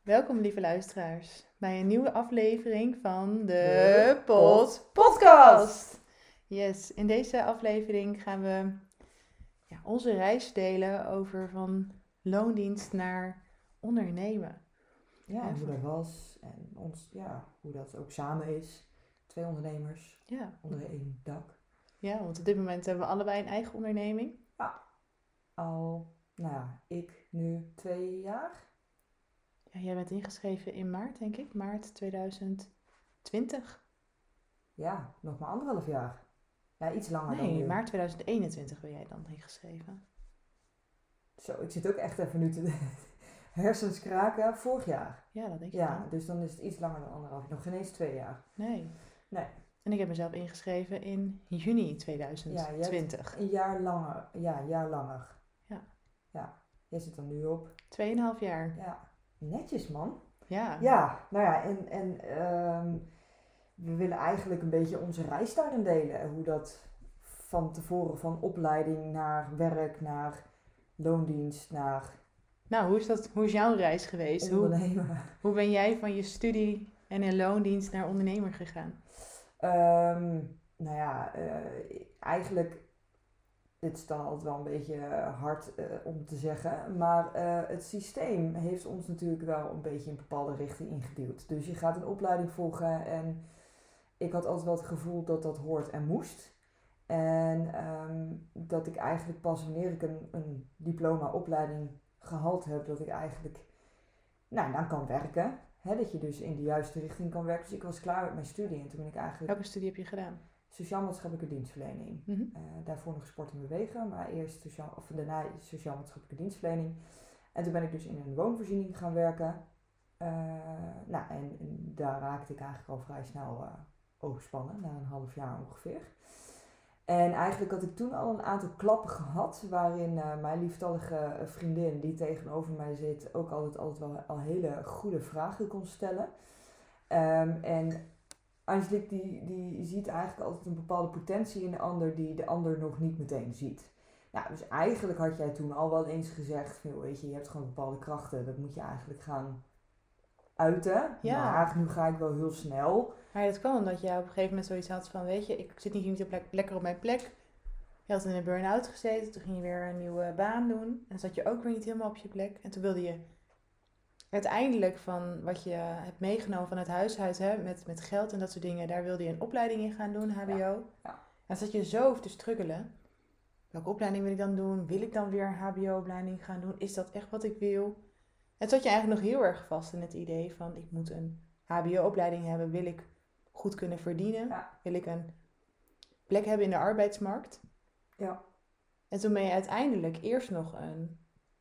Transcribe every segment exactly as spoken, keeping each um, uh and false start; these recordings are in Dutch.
Welkom lieve luisteraars bij een nieuwe aflevering van de De Pot Pot Podcast. Yes, in deze aflevering gaan we ja, onze reis delen over van loondienst naar ondernemen. Ja, Ja, en hoe van- dat was en ons, ja, hoe dat ook samen is. Twee ondernemers Ja. onder één dak. ja, want op dit moment hebben we allebei een eigen onderneming. Al, nou ja, ik nu twee jaar. Ja, jij bent ingeschreven in maart, denk ik, maart tweeduizend twintig. Ja, nog maar anderhalf jaar. Ja, iets langer dan Nee, nu. maart tweeduizend eenentwintig ben jij dan ingeschreven. Zo, ik zit ook echt even nu te hersens kraken. Vorig jaar. Ja, dat denk ik Ja, dan. dus dan is het iets langer dan anderhalf. Nog geen eens twee jaar. Nee. Nee. En ik heb mezelf ingeschreven in juni tweeduizend twintig. Een jaar langer. Ja, een jaar langer. Ja. Ja, jij zit er nu op. Tweeënhalf jaar. Ja, netjes man. Ja. Ja, nou ja, en, en ehm, we willen eigenlijk een beetje onze reis daarin delen. Hoe dat van tevoren, van opleiding naar werk, naar loondienst, naar Nou, hoe is, dat, hoe is jouw reis geweest? Hoe, ondernemen. hoe ben jij van je studie en in loondienst naar ondernemer gegaan? Ehm, nou ja, eh, eigenlijk, dit is dan altijd wel een beetje hard eh, om te zeggen, maar eh, het systeem heeft ons natuurlijk wel een beetje in een bepaalde richting ingeduwd. Dus je gaat een opleiding volgen en ik had altijd wel het gevoel dat dat hoort en moest. En ehm, dat ik eigenlijk pas wanneer ik een, een diploma-opleiding gehaald heb, dat ik eigenlijk nou, dan kan werken. Hè, dat je dus in de juiste richting kan werken. Dus ik was klaar met mijn studie en toen ben ik eigenlijk Welke studie heb je gedaan? sociaal-maatschappelijke dienstverlening. Mhm. Uh, daarvoor nog sport en bewegen, maar eerst sociaal, of daarna sociaal-maatschappelijke dienstverlening. En toen ben ik dus in een woonvoorziening gaan werken. Uh, nou, en, en daar raakte ik eigenlijk al vrij snel uh, overspannen, na een half jaar ongeveer. En eigenlijk had ik toen al een aantal klappen gehad, waarin uh, mijn lieftallige vriendin, die tegenover mij zit, ook altijd, altijd wel al hele goede vragen kon stellen. Um, en Angelique die, die ziet eigenlijk altijd een bepaalde potentie in de ander die de ander nog niet meteen ziet. Nou, dus eigenlijk had jij toen al wel eens gezegd, van, weet je, je hebt gewoon bepaalde krachten, dat moet je eigenlijk gaan uiten. Ja. Maar nu ga ik wel heel snel. Maar dat kwam omdat jij op een gegeven moment zoiets had van, weet je, ik zit niet, niet op, lekker op mijn plek. Je had in een burn-out gezeten, toen ging je weer een nieuwe baan doen. En dan zat je ook weer niet helemaal op je plek. En toen wilde je uiteindelijk van wat je hebt meegenomen van het huishoud, hè, met, met geld en dat soort dingen, daar wilde je een opleiding in gaan doen, H B O. Ja, ja. En dan zat je zo over te struggelen. Welke opleiding wil ik dan doen? Wil ik dan weer een H B O-opleiding gaan doen? Is dat echt wat ik wil? En toen zat je eigenlijk nog heel erg vast in het idee van, ik moet een H B O-opleiding hebben. Wil ik goed kunnen verdienen? Ja. Wil ik een plek hebben in de arbeidsmarkt? Ja. En toen ben je uiteindelijk eerst nog een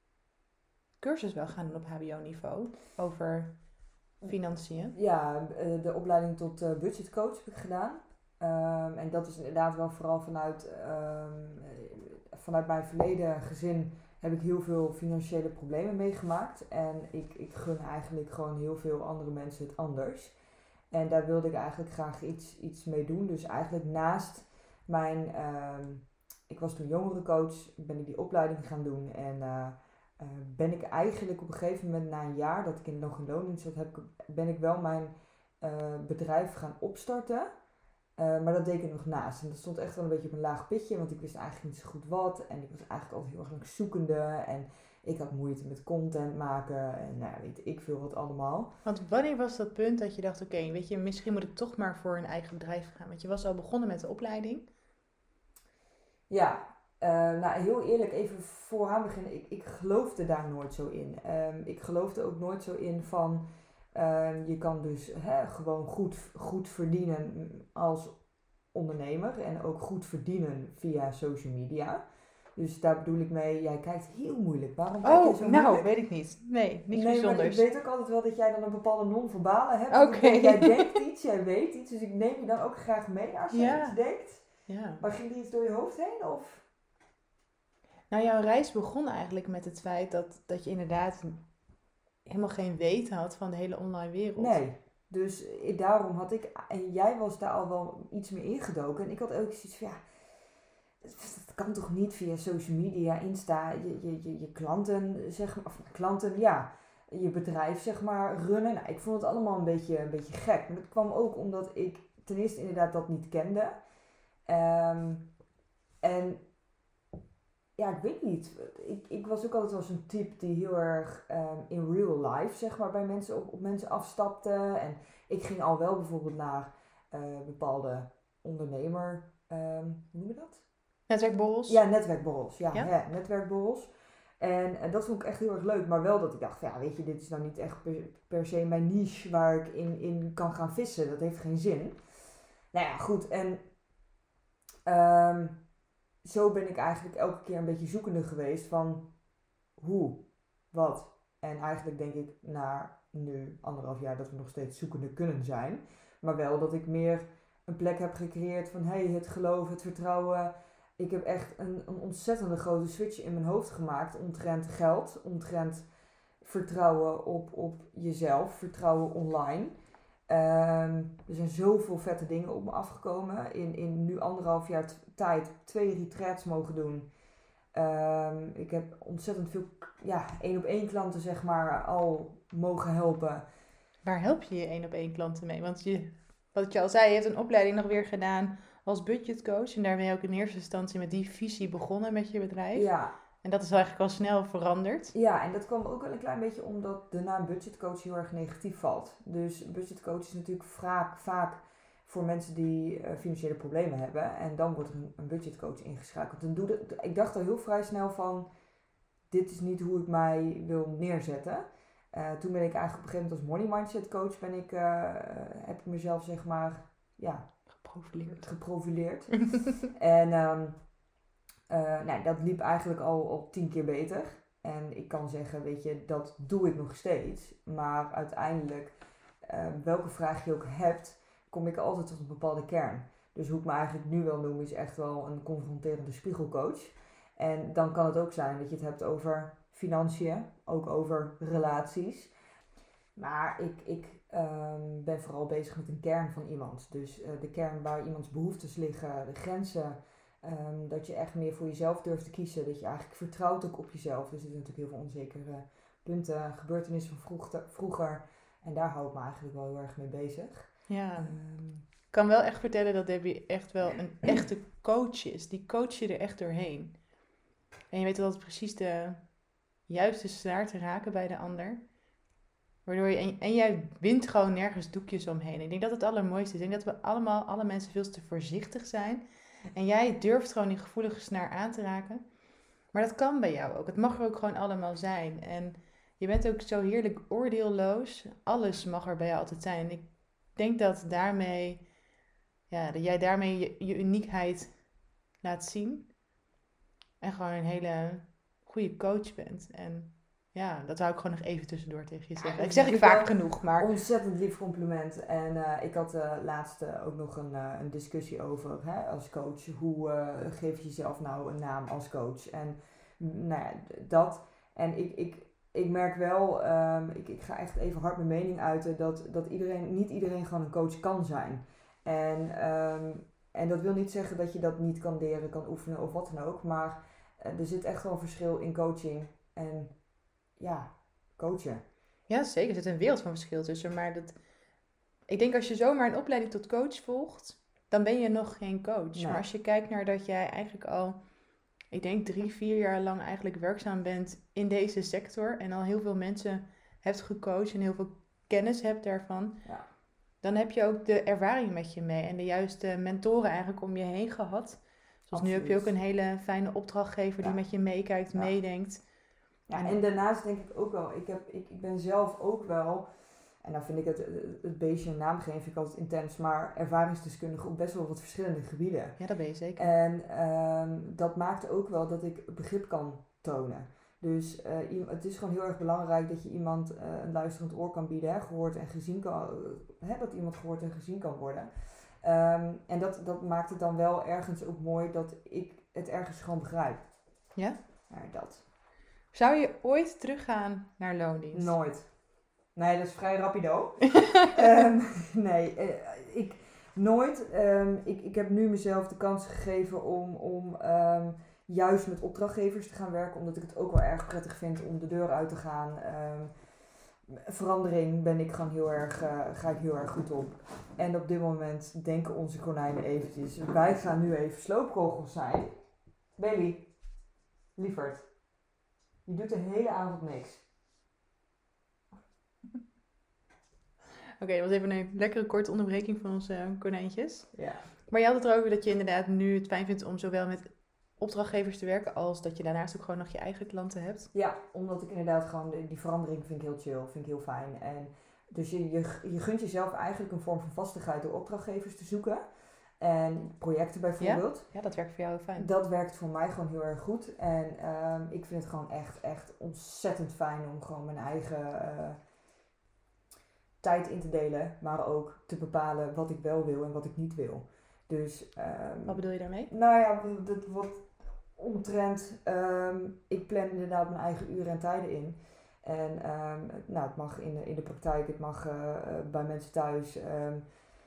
cursus wel gaan doen op H B O-niveau over financiën. Ja, de opleiding tot uh, budgetcoach heb ik gedaan. Um, en dat is inderdaad wel vooral vanuit, um, vanuit mijn verleden gezin heb ik heel veel financiële problemen meegemaakt. En ik, ik gun eigenlijk gewoon heel veel andere mensen het anders. En daar wilde ik eigenlijk graag iets, iets mee doen. Dus eigenlijk naast mijn, um, ik was toen jongerencoach, ben ik die opleiding gaan doen. En uh, uh, ben ik eigenlijk op een gegeven moment na een jaar dat ik in, nog in loondienst zat, heb ik, ben ik wel mijn uh, bedrijf gaan opstarten. Uh, maar dat deed ik nog naast. En dat stond echt wel een beetje op een laag pitje, want ik wist eigenlijk niet zo goed wat. En ik was eigenlijk altijd heel erg lang zoekende. En ik had moeite met content maken en nou, weet ik veel wat allemaal. Want wanneer was dat punt dat je dacht, oké, okay, weet je, misschien moet ik toch maar voor een eigen bedrijf gaan? Want je was al begonnen met de opleiding. Ja, uh, nou heel eerlijk, even vooraan beginnen. Ik, ik geloofde daar nooit zo in. Um, ik geloofde ook nooit zo in van, uh, je kan dus hè, gewoon goed, goed verdienen als ondernemer. En ook goed verdienen via social media. Dus daar bedoel ik mee, jij kijkt heel moeilijk. Waarom kijk je Oh, zo nou, moeilijk? weet ik niet. Nee, niets nee, bijzonders. Maar ik weet ook altijd wel dat jij dan een bepaalde non-verbale hebt. Oké. Okay. Jij denkt iets, jij weet iets. Dus ik neem je dan ook graag mee als je ja. iets denkt. Ja. Maar ging er iets door je hoofd heen? Of? Nou, jouw reis begon eigenlijk met het feit dat, dat je inderdaad helemaal geen weet had van de hele online wereld. Nee. Dus daarom had ik, en jij was daar al wel iets meer ingedoken. En ik had ook zoiets van, ja, dat kan toch niet via social media, Insta, je, je, je, je klanten, zeg maar, of klanten, ja, je bedrijf zeg maar runnen. Nou, ik vond het allemaal een beetje, een beetje gek. Maar dat kwam ook omdat ik ten eerste inderdaad dat niet kende. Um, en ja, ik weet niet. Ik, ik was ook altijd wel zo'n type die heel erg um, in real life zeg maar bij mensen op, op mensen afstapte. En ik ging al wel bijvoorbeeld naar uh, bepaalde ondernemer, um, hoe noem je dat? Netwerkborrels? Ja, netwerkborrels. Ja, ja? Hè, netwerkborrels. En, en dat vond ik echt heel erg leuk. Maar wel dat ik dacht, van, ja, weet je, dit is nou niet echt per, per se mijn niche waar ik in, in kan gaan vissen. Dat heeft geen zin. Nou ja, goed. En um, zo ben ik eigenlijk elke keer een beetje zoekende geweest van hoe, wat. En eigenlijk denk ik na nu anderhalf jaar dat we nog steeds zoekende kunnen zijn. Maar wel dat ik meer een plek heb gecreëerd van hey, het geloof, het vertrouwen. Ik heb echt een, een ontzettende grote switch in mijn hoofd gemaakt omtrent geld, omtrent vertrouwen op, op jezelf, vertrouwen online. Um, er zijn zoveel vette dingen op me afgekomen. In, in nu anderhalf jaar t- tijd twee retreats mogen doen. Um, ik heb ontzettend veel ja, één op één klanten zeg maar al mogen helpen. Waar help je je één op één klanten mee? Want je, wat je al zei, je hebt een opleiding nog weer gedaan als budgetcoach. En daar ben je ook in eerste instantie met die visie begonnen met je bedrijf. Ja. En dat is eigenlijk al snel veranderd. Ja, en dat kwam ook wel een klein beetje omdat de naam budgetcoach heel erg negatief valt. Dus budgetcoach is natuurlijk vaak, vaak voor mensen die uh, financiële problemen hebben. En dan wordt er een, een budgetcoach ingeschakeld. En doe de, ik dacht al heel vrij snel van, dit is niet hoe ik mij wil neerzetten. Uh, toen ben ik eigenlijk op een gegeven moment als money mindset coach ben ik, uh, heb ik mezelf zeg maar, ja, geprofileerd. geprofileerd. en um, uh, nou, dat liep eigenlijk al, al tien keer beter. En ik kan zeggen, weet je, dat doe ik nog steeds. Maar uiteindelijk, uh, welke vraag je ook hebt, kom ik altijd tot een bepaalde kern. Dus hoe ik me eigenlijk nu wel noem, is echt wel een confronterende spiegelcoach. En dan kan het ook zijn dat je het hebt over financiën, ook over relaties. Maar ik, ik um, ben vooral bezig met een kern van iemand. Dus uh, de kern waar iemands behoeftes liggen, de grenzen. Um, dat je echt meer voor jezelf durft te kiezen. Dat je eigenlijk vertrouwt ook op jezelf. Dus er zitten natuurlijk heel veel onzekere punten, gebeurtenissen van vroeg, vroeger. En daar hou ik me eigenlijk wel heel erg mee bezig. Ja, Um, ik kan wel echt vertellen dat Debbie echt wel een echte coach is. Die coach je er echt doorheen. En je weet altijd precies de juiste snaar te raken bij de ander. Waardoor je, en, en jij wint gewoon nergens doekjes omheen. Ik denk dat het allermooiste is. Ik denk dat we allemaal, alle mensen veel te voorzichtig zijn. En jij durft gewoon die gevoelige snaar aan te raken. Maar dat kan bij jou ook. Het mag er ook gewoon allemaal zijn. En je bent ook zo heerlijk oordeelloos. Alles mag er bij jou altijd zijn. En ik denk dat daarmee, ja, dat jij daarmee je, je uniekheid laat zien. En gewoon een hele goede coach bent. En ja, dat wou ik gewoon nog even tussendoor tegen je zeggen. Ja, ik zeg ik vaak genoeg, maar... Ontzettend lief compliment. En uh, ik had uh, laatst uh, ook nog een, uh, een discussie over, hè, als coach. Hoe uh, geef je jezelf nou een naam als coach? En nou ja, dat. En ik, ik, ik merk wel, um, ik, ik ga echt even hard mijn mening uiten, dat, dat iedereen, niet iedereen gewoon een coach kan zijn. En, um, en dat wil niet zeggen dat je dat niet kan leren, kan oefenen of wat dan ook. Maar uh, er zit echt wel een verschil in coaching en ja, coachen. Ja, zeker. Er zit een wereld van verschil tussen. Maar dat, ik denk als je zomaar een opleiding tot coach volgt, dan ben je nog geen coach. Nee. Maar als je kijkt naar dat jij eigenlijk al, ik denk drie, vier jaar lang eigenlijk werkzaam bent in deze sector. En al heel veel mensen hebt gecoacht en heel veel kennis hebt daarvan. Ja. Dan heb je ook de ervaring met je mee. En de juiste mentoren eigenlijk om je heen gehad. Zoals Absoluut. Nu heb je ook een hele fijne opdrachtgever ja. die met je meekijkt, ja. meedenkt. Ja, en, en daarnaast denk ik ook wel, ik, heb, ik, ik ben zelf ook wel, en dan vind ik het, het beestje een naam geven, vind ik altijd intens, maar ervaringsdeskundige op best wel wat verschillende gebieden. Ja, dat ben je zeker. En um, dat maakt ook wel dat ik begrip kan tonen. Dus uh, het is gewoon heel erg belangrijk dat je iemand uh, een luisterend oor kan bieden, hè, gehoord en gezien kan, uh, hè, dat iemand gehoord en gezien kan worden. Um, en dat, dat maakt het dan wel ergens ook mooi dat ik het ergens gewoon begrijp. Ja? Maar dat... Zou je ooit teruggaan naar loondienst? Nooit. Nee, dat is vrij rapido. um, nee, uh, ik nooit. Um, ik, ik heb nu mezelf de kans gegeven om, om um, juist met opdrachtgevers te gaan werken. Omdat ik het ook wel erg prettig vind om de deur uit te gaan. Um, verandering ben ik gewoon heel erg, uh, ga ik heel erg goed op. En op dit moment denken onze konijnen eventjes, wij gaan nu even sloopkogels zijn. Baby, lieverd, je doet de hele avond niks. Oké, okay, dat was even een lekkere korte onderbreking van onze uh, konijntjes. Ja. Maar je had het erover dat je inderdaad nu het fijn vindt om zowel met opdrachtgevers te werken, als dat je daarnaast ook gewoon nog je eigen klanten hebt. Ja, omdat ik inderdaad gewoon, die verandering vind ik heel chill, vind ik heel fijn. En dus je, je, je gunt jezelf eigenlijk een vorm van vastigheid door opdrachtgevers te zoeken. En projecten bijvoorbeeld. Ja, ja, dat werkt voor jou heel fijn. Dat werkt voor mij gewoon heel erg goed. En um, ik vind het gewoon echt, echt ontzettend fijn om gewoon mijn eigen uh, tijd in te delen. Maar ook te bepalen wat ik wel wil en wat ik niet wil. Dus, um, wat bedoel je daarmee? Nou ja, dat wat omtrent, um, ik plan inderdaad mijn eigen uren en tijden in. En um, nou, het mag in de, in de praktijk, het mag uh, uh, bij mensen thuis. Um,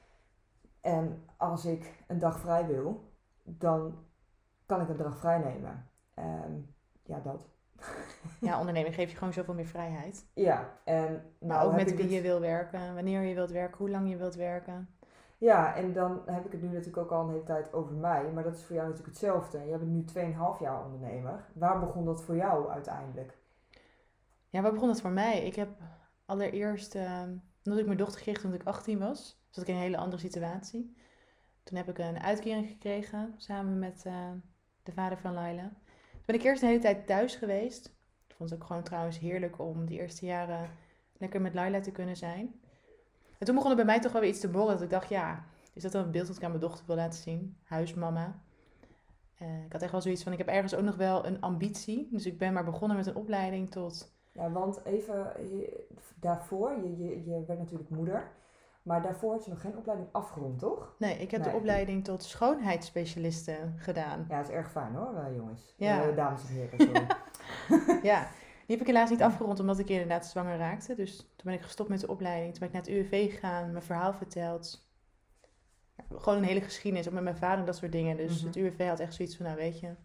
en als ik een dag vrij wil, dan kan ik een dag vrij nemen. Um, ja, dat. Ja, onderneming geeft je gewoon zoveel meer vrijheid. Ja, en nou, maar ook met wie het... je wil werken, wanneer je wilt werken, hoe lang je wilt werken. Ja, en dan heb ik het nu natuurlijk ook al een hele tijd over mij. Maar dat is voor jou natuurlijk hetzelfde. Jij bent nu twee komma vijf jaar ondernemer. Waar begon dat voor jou uiteindelijk? Ja, waar begon dat voor mij? Ik heb allereerst, uh, omdat ik mijn dochter kreeg toen ik achttien was, zat ik in een hele andere situatie. Toen heb ik een uitkering gekregen, samen met uh, de vader van Laila. Toen ben ik eerst een hele tijd thuis geweest. Ik vond het ook gewoon trouwens heerlijk om die eerste jaren lekker met Laila te kunnen zijn. En toen begon er bij mij toch wel weer iets te borrelen. Dat ik dacht, ja, is dat dan een beeld dat ik aan mijn dochter wil laten zien? Huismama. Uh, ik had echt wel zoiets van, ik heb ergens ook nog wel een ambitie. Dus ik ben maar begonnen met een opleiding tot... Ja, want even je, daarvoor, je, je, je werd natuurlijk moeder. Maar daarvoor had je nog geen opleiding afgerond, toch? Nee, ik heb nee. de opleiding tot schoonheidsspecialiste gedaan. Ja, dat is erg fijn hoor, uh, jongens. Ja. Uh, dames en heren, sorry. Ja, die heb ik helaas niet afgerond omdat ik inderdaad zwanger raakte. Dus toen ben ik gestopt met de opleiding. Toen ben ik naar het U W V gegaan, mijn verhaal verteld. Ja, gewoon een hele geschiedenis, ook met mijn vader en dat soort dingen. Dus mm-hmm. Het U W V had echt zoiets van, nou weet je,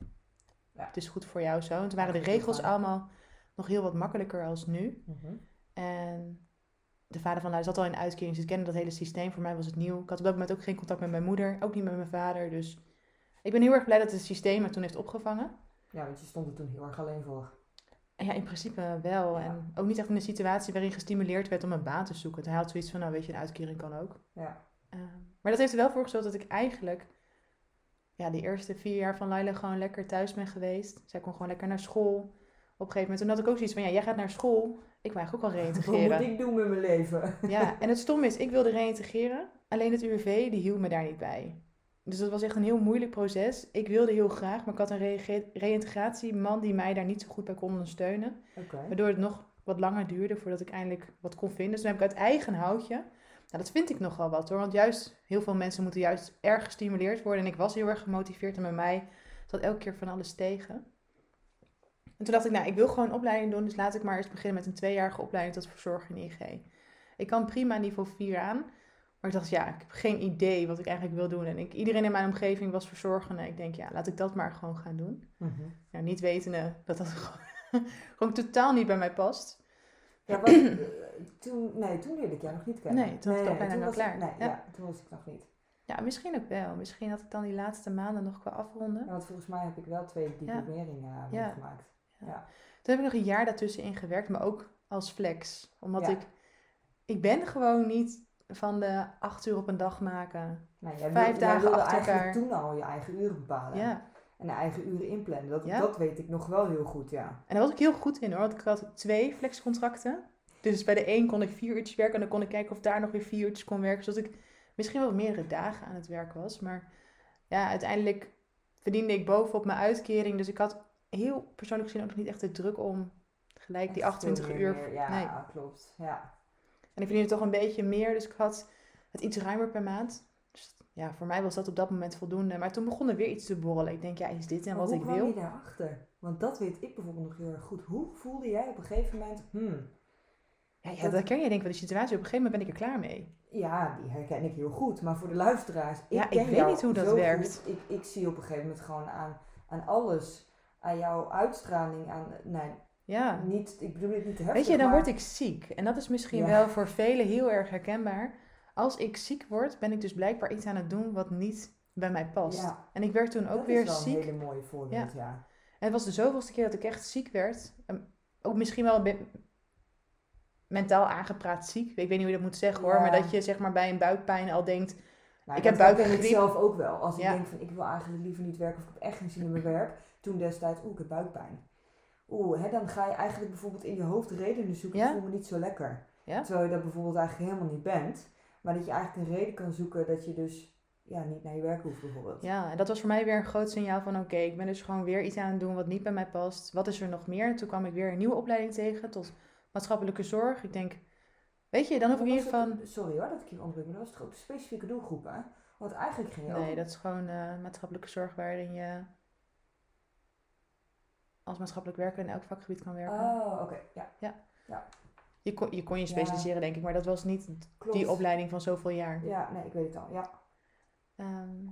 ja. Het is goed voor jou zo. En toen waren ja, de regels allemaal nog heel wat makkelijker als nu. Mm-hmm. En de vader van Laila zat al in uitkering, dus ik kende dat hele systeem. Voor mij was het nieuw. Ik had op dat moment ook geen contact met mijn moeder, ook niet met mijn vader. Dus ik ben heel erg blij dat het systeem me toen heeft opgevangen. Ja, want je stond er toen heel erg alleen voor. En ja, in principe wel. Ja. En ook niet echt in een situatie waarin gestimuleerd werd om een baan te zoeken. Hij had zoiets van, nou weet je, een uitkering kan ook. Ja. Uh, maar dat heeft er wel voor gezorgd dat ik eigenlijk... ja, de eerste vier jaar van Laila gewoon lekker thuis ben geweest. Zij kon gewoon lekker naar school. Op een gegeven moment, toen had ik ook zoiets van, ja, jij gaat naar school. Ik wil eigenlijk ook wel reïntegreren. Wat moet ik doen met mijn leven? Ja, en het stom is, ik wilde reïntegreren. Alleen het U W V, die hield me daar niet bij. Dus dat was echt een heel moeilijk proces. Ik wilde heel graag, maar ik had een re- reïntegratieman die mij daar niet zo goed bij kon ondersteunen. Okay. Waardoor het nog wat langer duurde voordat ik eindelijk wat kon vinden. Dus toen heb ik uit eigen houtje... Nou, dat vind ik nogal wat hoor. Want juist, heel veel mensen moeten juist erg gestimuleerd worden. En ik was heel erg gemotiveerd en bij mij zat elke keer van alles tegen. En toen dacht ik, nou, ik wil gewoon een opleiding doen. Dus laat ik maar eens beginnen met een tweejarige opleiding tot verzorger in I G. Ik kan prima niveau vier aan. Maar ik dacht, ja, ik heb geen idee wat ik eigenlijk wil doen. En ik, iedereen in mijn omgeving was verzorgende. Ik denk, ja, laat ik dat maar gewoon gaan doen. Mm-hmm. Nou, niet wetende dat dat gewoon, gewoon totaal niet bij mij past. Ja, wat, uh, toen, nee, toen leerde ik jou nog niet kennen. Nee, toen was nee, ik al bijna nee, klaar. Ik, nee, ja. ja, toen was ik nog niet. Ja, misschien ook wel. Misschien had ik dan die laatste maanden nog qua afronden. Ja, want volgens mij heb ik wel twee diplomeringen ja. uh, ja. gemaakt. Ja. Ja. Toen heb ik nog een jaar daartussenin gewerkt, maar ook als flex. Omdat ja. ik... Ik ben gewoon niet van de acht uur op een dag maken. Nee, jij Vijf wil, dagen jij wilde achter eigenlijk elkaar. toen al je eigen uren bepalen. Ja. En de eigen uren inplannen. Dat, ja. dat weet ik nog wel heel goed, ja. En daar was ik heel goed in hoor. Want ik had twee flexcontracten. Dus bij de een kon ik vier uurtjes werken. En dan kon ik kijken of daar nog weer vier uurtjes kon werken. Zodat ik misschien wel meerdere dagen aan het werk was. Maar ja, uiteindelijk verdiende ik bovenop mijn uitkering. Dus ik had heel persoonlijk gezien ook nog niet echt de druk om gelijk echt die achtentwintig uur... Meer. Ja, nee. klopt. Ja. En ik verdiende toch een beetje meer. Dus ik had het iets ruimer per maand. Dus ja, voor mij was dat op dat moment voldoende. Maar toen begon er weer iets te borrelen. Ik denk, ja, is dit en wat ik wil? Hoe kwam je daarachter? Want dat weet ik bijvoorbeeld nog heel erg goed. Hoe voelde jij op een gegeven moment... Hmm, ja, ja, dat herken jij denk ik wel, die situatie. Op een gegeven moment ben ik er klaar mee. Ja, die herken ik heel goed. Maar voor de luisteraars... Ik ja, ken ik weet jou niet hoe dat werkt. Ik, ik zie op een gegeven moment gewoon aan, aan alles... aan jouw uitstraling, aan... Nee, Ja. Niet, ik bedoel het niet te heftig, Weet je, dan maar... word ik ziek. En dat is misschien Ja. wel voor velen heel erg herkenbaar. Als ik ziek word, ben ik dus blijkbaar iets aan het doen wat niet bij mij past. Ja. En ik werd toen ook dat weer is wel ziek. een hele mooie voorbeeld, ja. En het was de zoveelste keer dat ik echt ziek werd. En ook misschien wel een beetje mentaal aangepraat ziek. Ik weet niet hoe je dat moet zeggen hoor. Ja. Maar dat je zeg maar bij een buikpijn al denkt... Nou, ik dat heb buikgriep. ik zelf ook wel. Als ik Ja. denk van ik wil eigenlijk liever niet werken of ik heb echt geen zin in mijn werk. Toen destijds, oeh, ik heb buikpijn. Oeh, hè, dan ga je eigenlijk bijvoorbeeld in je hoofd redenen zoeken. Ja. Ik voel me niet zo lekker. Ja. Terwijl je dat bijvoorbeeld eigenlijk helemaal niet bent. Maar dat je eigenlijk een reden kan zoeken dat je dus ja, niet naar je werk hoeft bijvoorbeeld. Ja, en dat was voor mij weer een groot signaal van... oké, ik ben dus gewoon weer iets aan het doen wat niet bij mij past. Wat is er nog meer? En toen kwam ik weer een nieuwe opleiding tegen tot maatschappelijke zorg. Ik denk, weet je, dan hoef ik in Was ieder geval... het- Sorry hoor, dat ik je onderbreek, maar dat was toch ook de specifieke doelgroep, hè? Want eigenlijk ging je Nee, ook... dat is gewoon eh, maatschappelijke zorg waarin je als maatschappelijk werker in elk vakgebied kan werken. Oh, oké, ja. Je kon, je kon je specialiseren, denk ik, maar dat was niet Klopt. die opleiding van zoveel jaar. Ja, nee, ik weet het al, ja. Ehm,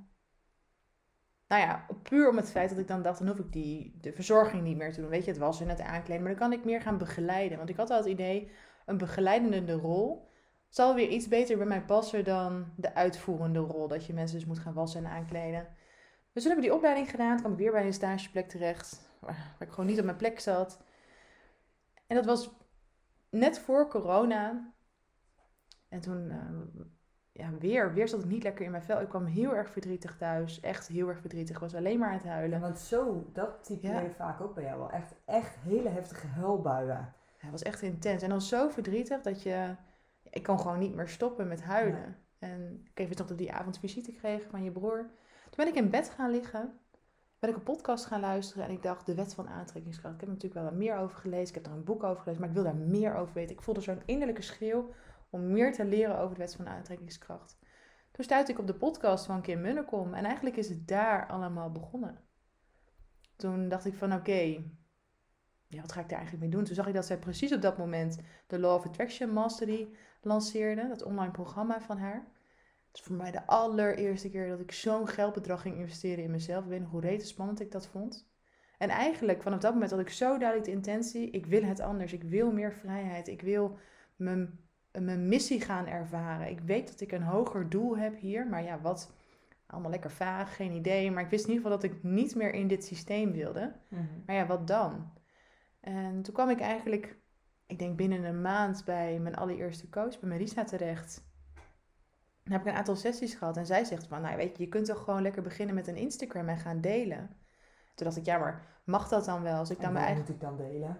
nou ja, puur om het feit dat ik dan dacht, dan hoef ik die, de verzorging niet meer te doen. Weet je, het wassen en het aankleden, maar dan kan ik meer gaan begeleiden. Want ik had al het idee, een begeleidende rol zal weer iets beter bij mij passen dan de uitvoerende rol. Dat je mensen dus moet gaan wassen en aankleden. Dus toen heb ik die opleiding gedaan, toen kwam ik weer bij een stageplek terecht, waar, waar ik gewoon niet op mijn plek zat. En dat was net voor corona. En toen, uh, ja, weer, weer zat ik niet lekker in mijn vel. Ik kwam heel erg verdrietig thuis, echt heel erg verdrietig. Ik was alleen maar aan het Ja, huilen. want zo, dat typeer Ja. je vaak ook bij jou wel. Echt, echt hele heftige huilbuien. Ja, het was echt intens. En dan zo verdrietig dat je... Ik kon gewoon niet meer stoppen met huilen. En ik even nog dat die avond visite kreeg van je broer. Toen ben ik in bed gaan liggen. Ben ik een podcast gaan luisteren. En ik dacht, de wet van aantrekkingskracht. Ik heb er natuurlijk wel wat meer over gelezen. Ik heb er een boek over gelezen. Maar ik wil daar meer over weten. Ik voelde zo'n innerlijke schreeuw om meer te leren over de wet van aantrekkingskracht. Toen stuitte ik op de podcast van Kim Munnekom. En eigenlijk is het daar allemaal begonnen. Toen dacht ik van oké... ja, wat ga ik daar eigenlijk mee doen? Toen zag ik dat zij precies op dat moment de Law of Attraction Mastery lanceerde. Dat online programma van haar. Het is voor mij de allereerste keer dat ik zo'n geldbedrag ging investeren in mezelf. Ik weet nog hoe rete spannend ik dat vond. En eigenlijk vanaf dat moment had ik zo duidelijk de intentie. Ik wil het anders. Ik wil meer vrijheid. Ik wil mijn, mijn missie gaan ervaren. Ik weet dat ik een hoger doel heb hier. Maar ja, wat? Allemaal lekker vaag. Geen idee. Maar ik wist in ieder geval dat ik niet meer in dit systeem wilde. Mm-hmm. Maar ja, wat dan? En toen kwam ik eigenlijk, ik denk binnen een maand bij mijn allereerste coach, bij Marisa terecht. Dan heb ik een aantal sessies gehad en zij zegt van, nou weet je, je kunt toch gewoon lekker beginnen met een Instagram en gaan delen. Toen dacht ik, ja, maar mag dat dan wel? Als ik dan En mijn wat eigen... moet ik dan delen?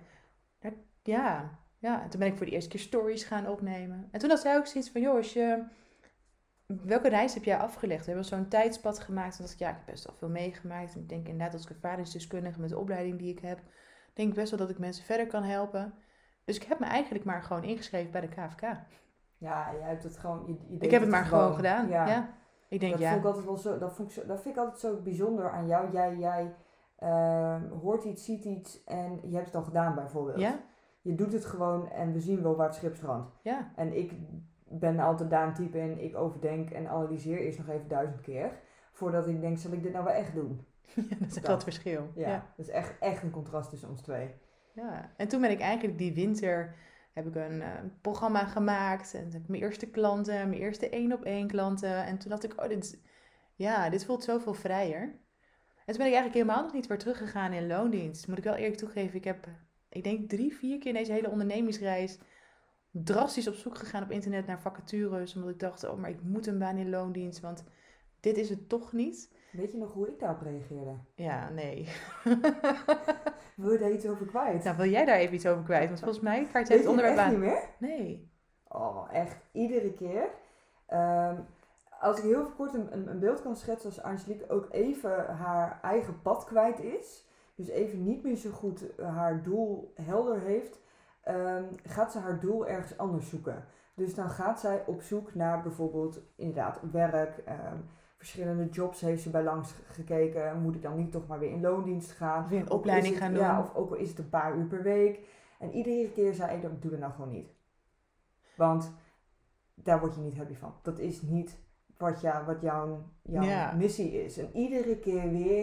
Ja, ja. En toen ben ik voor de eerste keer stories gaan opnemen. En toen had zij ook zoiets van, joh, als je... welke reis heb jij afgelegd? We hebben zo'n tijdspad gemaakt. En dacht ik, ja, ik heb best wel veel meegemaakt. En ik denk inderdaad, als ervaringsdeskundige met de opleiding die ik heb, denk ik best wel dat ik mensen verder kan helpen. Dus ik heb me eigenlijk maar gewoon ingeschreven bij de K V K. Ja, jij hebt het gewoon... Je, je Ik deed heb het maar gewoon gedaan. Ja. Ja. Ik denk, dat ja. vond ik altijd wel zo, dat, vond ik zo, dat vind ik altijd zo bijzonder aan jou. Jij, jij uh, hoort iets, ziet iets en je hebt het al gedaan bijvoorbeeld. Ja? Je doet het gewoon en we zien wel waar het schip strandt. Ja. En ik ben altijd daar een type in, ik overdenk en analyseer eerst nog even duizend keer. Voordat ik denk, zal ik dit nou wel echt doen? Ja, dat is echt Dat. wel het verschil. Ja, Ja. dat is echt, echt een contrast tussen ons twee. Ja. En toen ben ik eigenlijk die winter, heb ik een uh, programma gemaakt. En heb ik mijn eerste klanten, mijn eerste één op één klanten. En toen dacht ik, oh, dit, ja, dit voelt zoveel vrijer. En toen ben ik eigenlijk helemaal nog niet weer teruggegaan in loondienst. Moet ik wel eerlijk toegeven, ik heb, ik denk drie, vier keer in deze hele ondernemingsreis drastisch op zoek gegaan op internet naar vacatures. Omdat ik dacht, oh, maar ik moet een baan in loondienst, want dit is het toch niet. Weet je nog hoe ik daarop reageerde? Ja, nee. Wil je daar iets over kwijt? Nou, wil jij daar even iets over kwijt? Want volgens mij kaart jij Weet het je het onderwerp echt aan. niet meer? Nee. Oh, echt. Iedere keer. Um, als ik heel kort een, een, een beeld kan schetsen, als Angelique ook even haar eigen pad kwijt is. Dus even niet meer zo goed haar doel helder heeft. Um, gaat ze haar doel ergens anders zoeken. Dus dan gaat zij op zoek naar bijvoorbeeld inderdaad werk. Um, verschillende jobs heeft ze bij langs gekeken. Moet ik dan niet toch maar weer in loondienst gaan? Weer een opleiding het, gaan doen. Ja, of ook al is het een paar uur per week. En iedere keer zei ik, doe dat nou gewoon niet. Want daar word je niet happy van. Dat is niet wat, jou, wat jouw, jouw Ja. missie is. En iedere keer weer.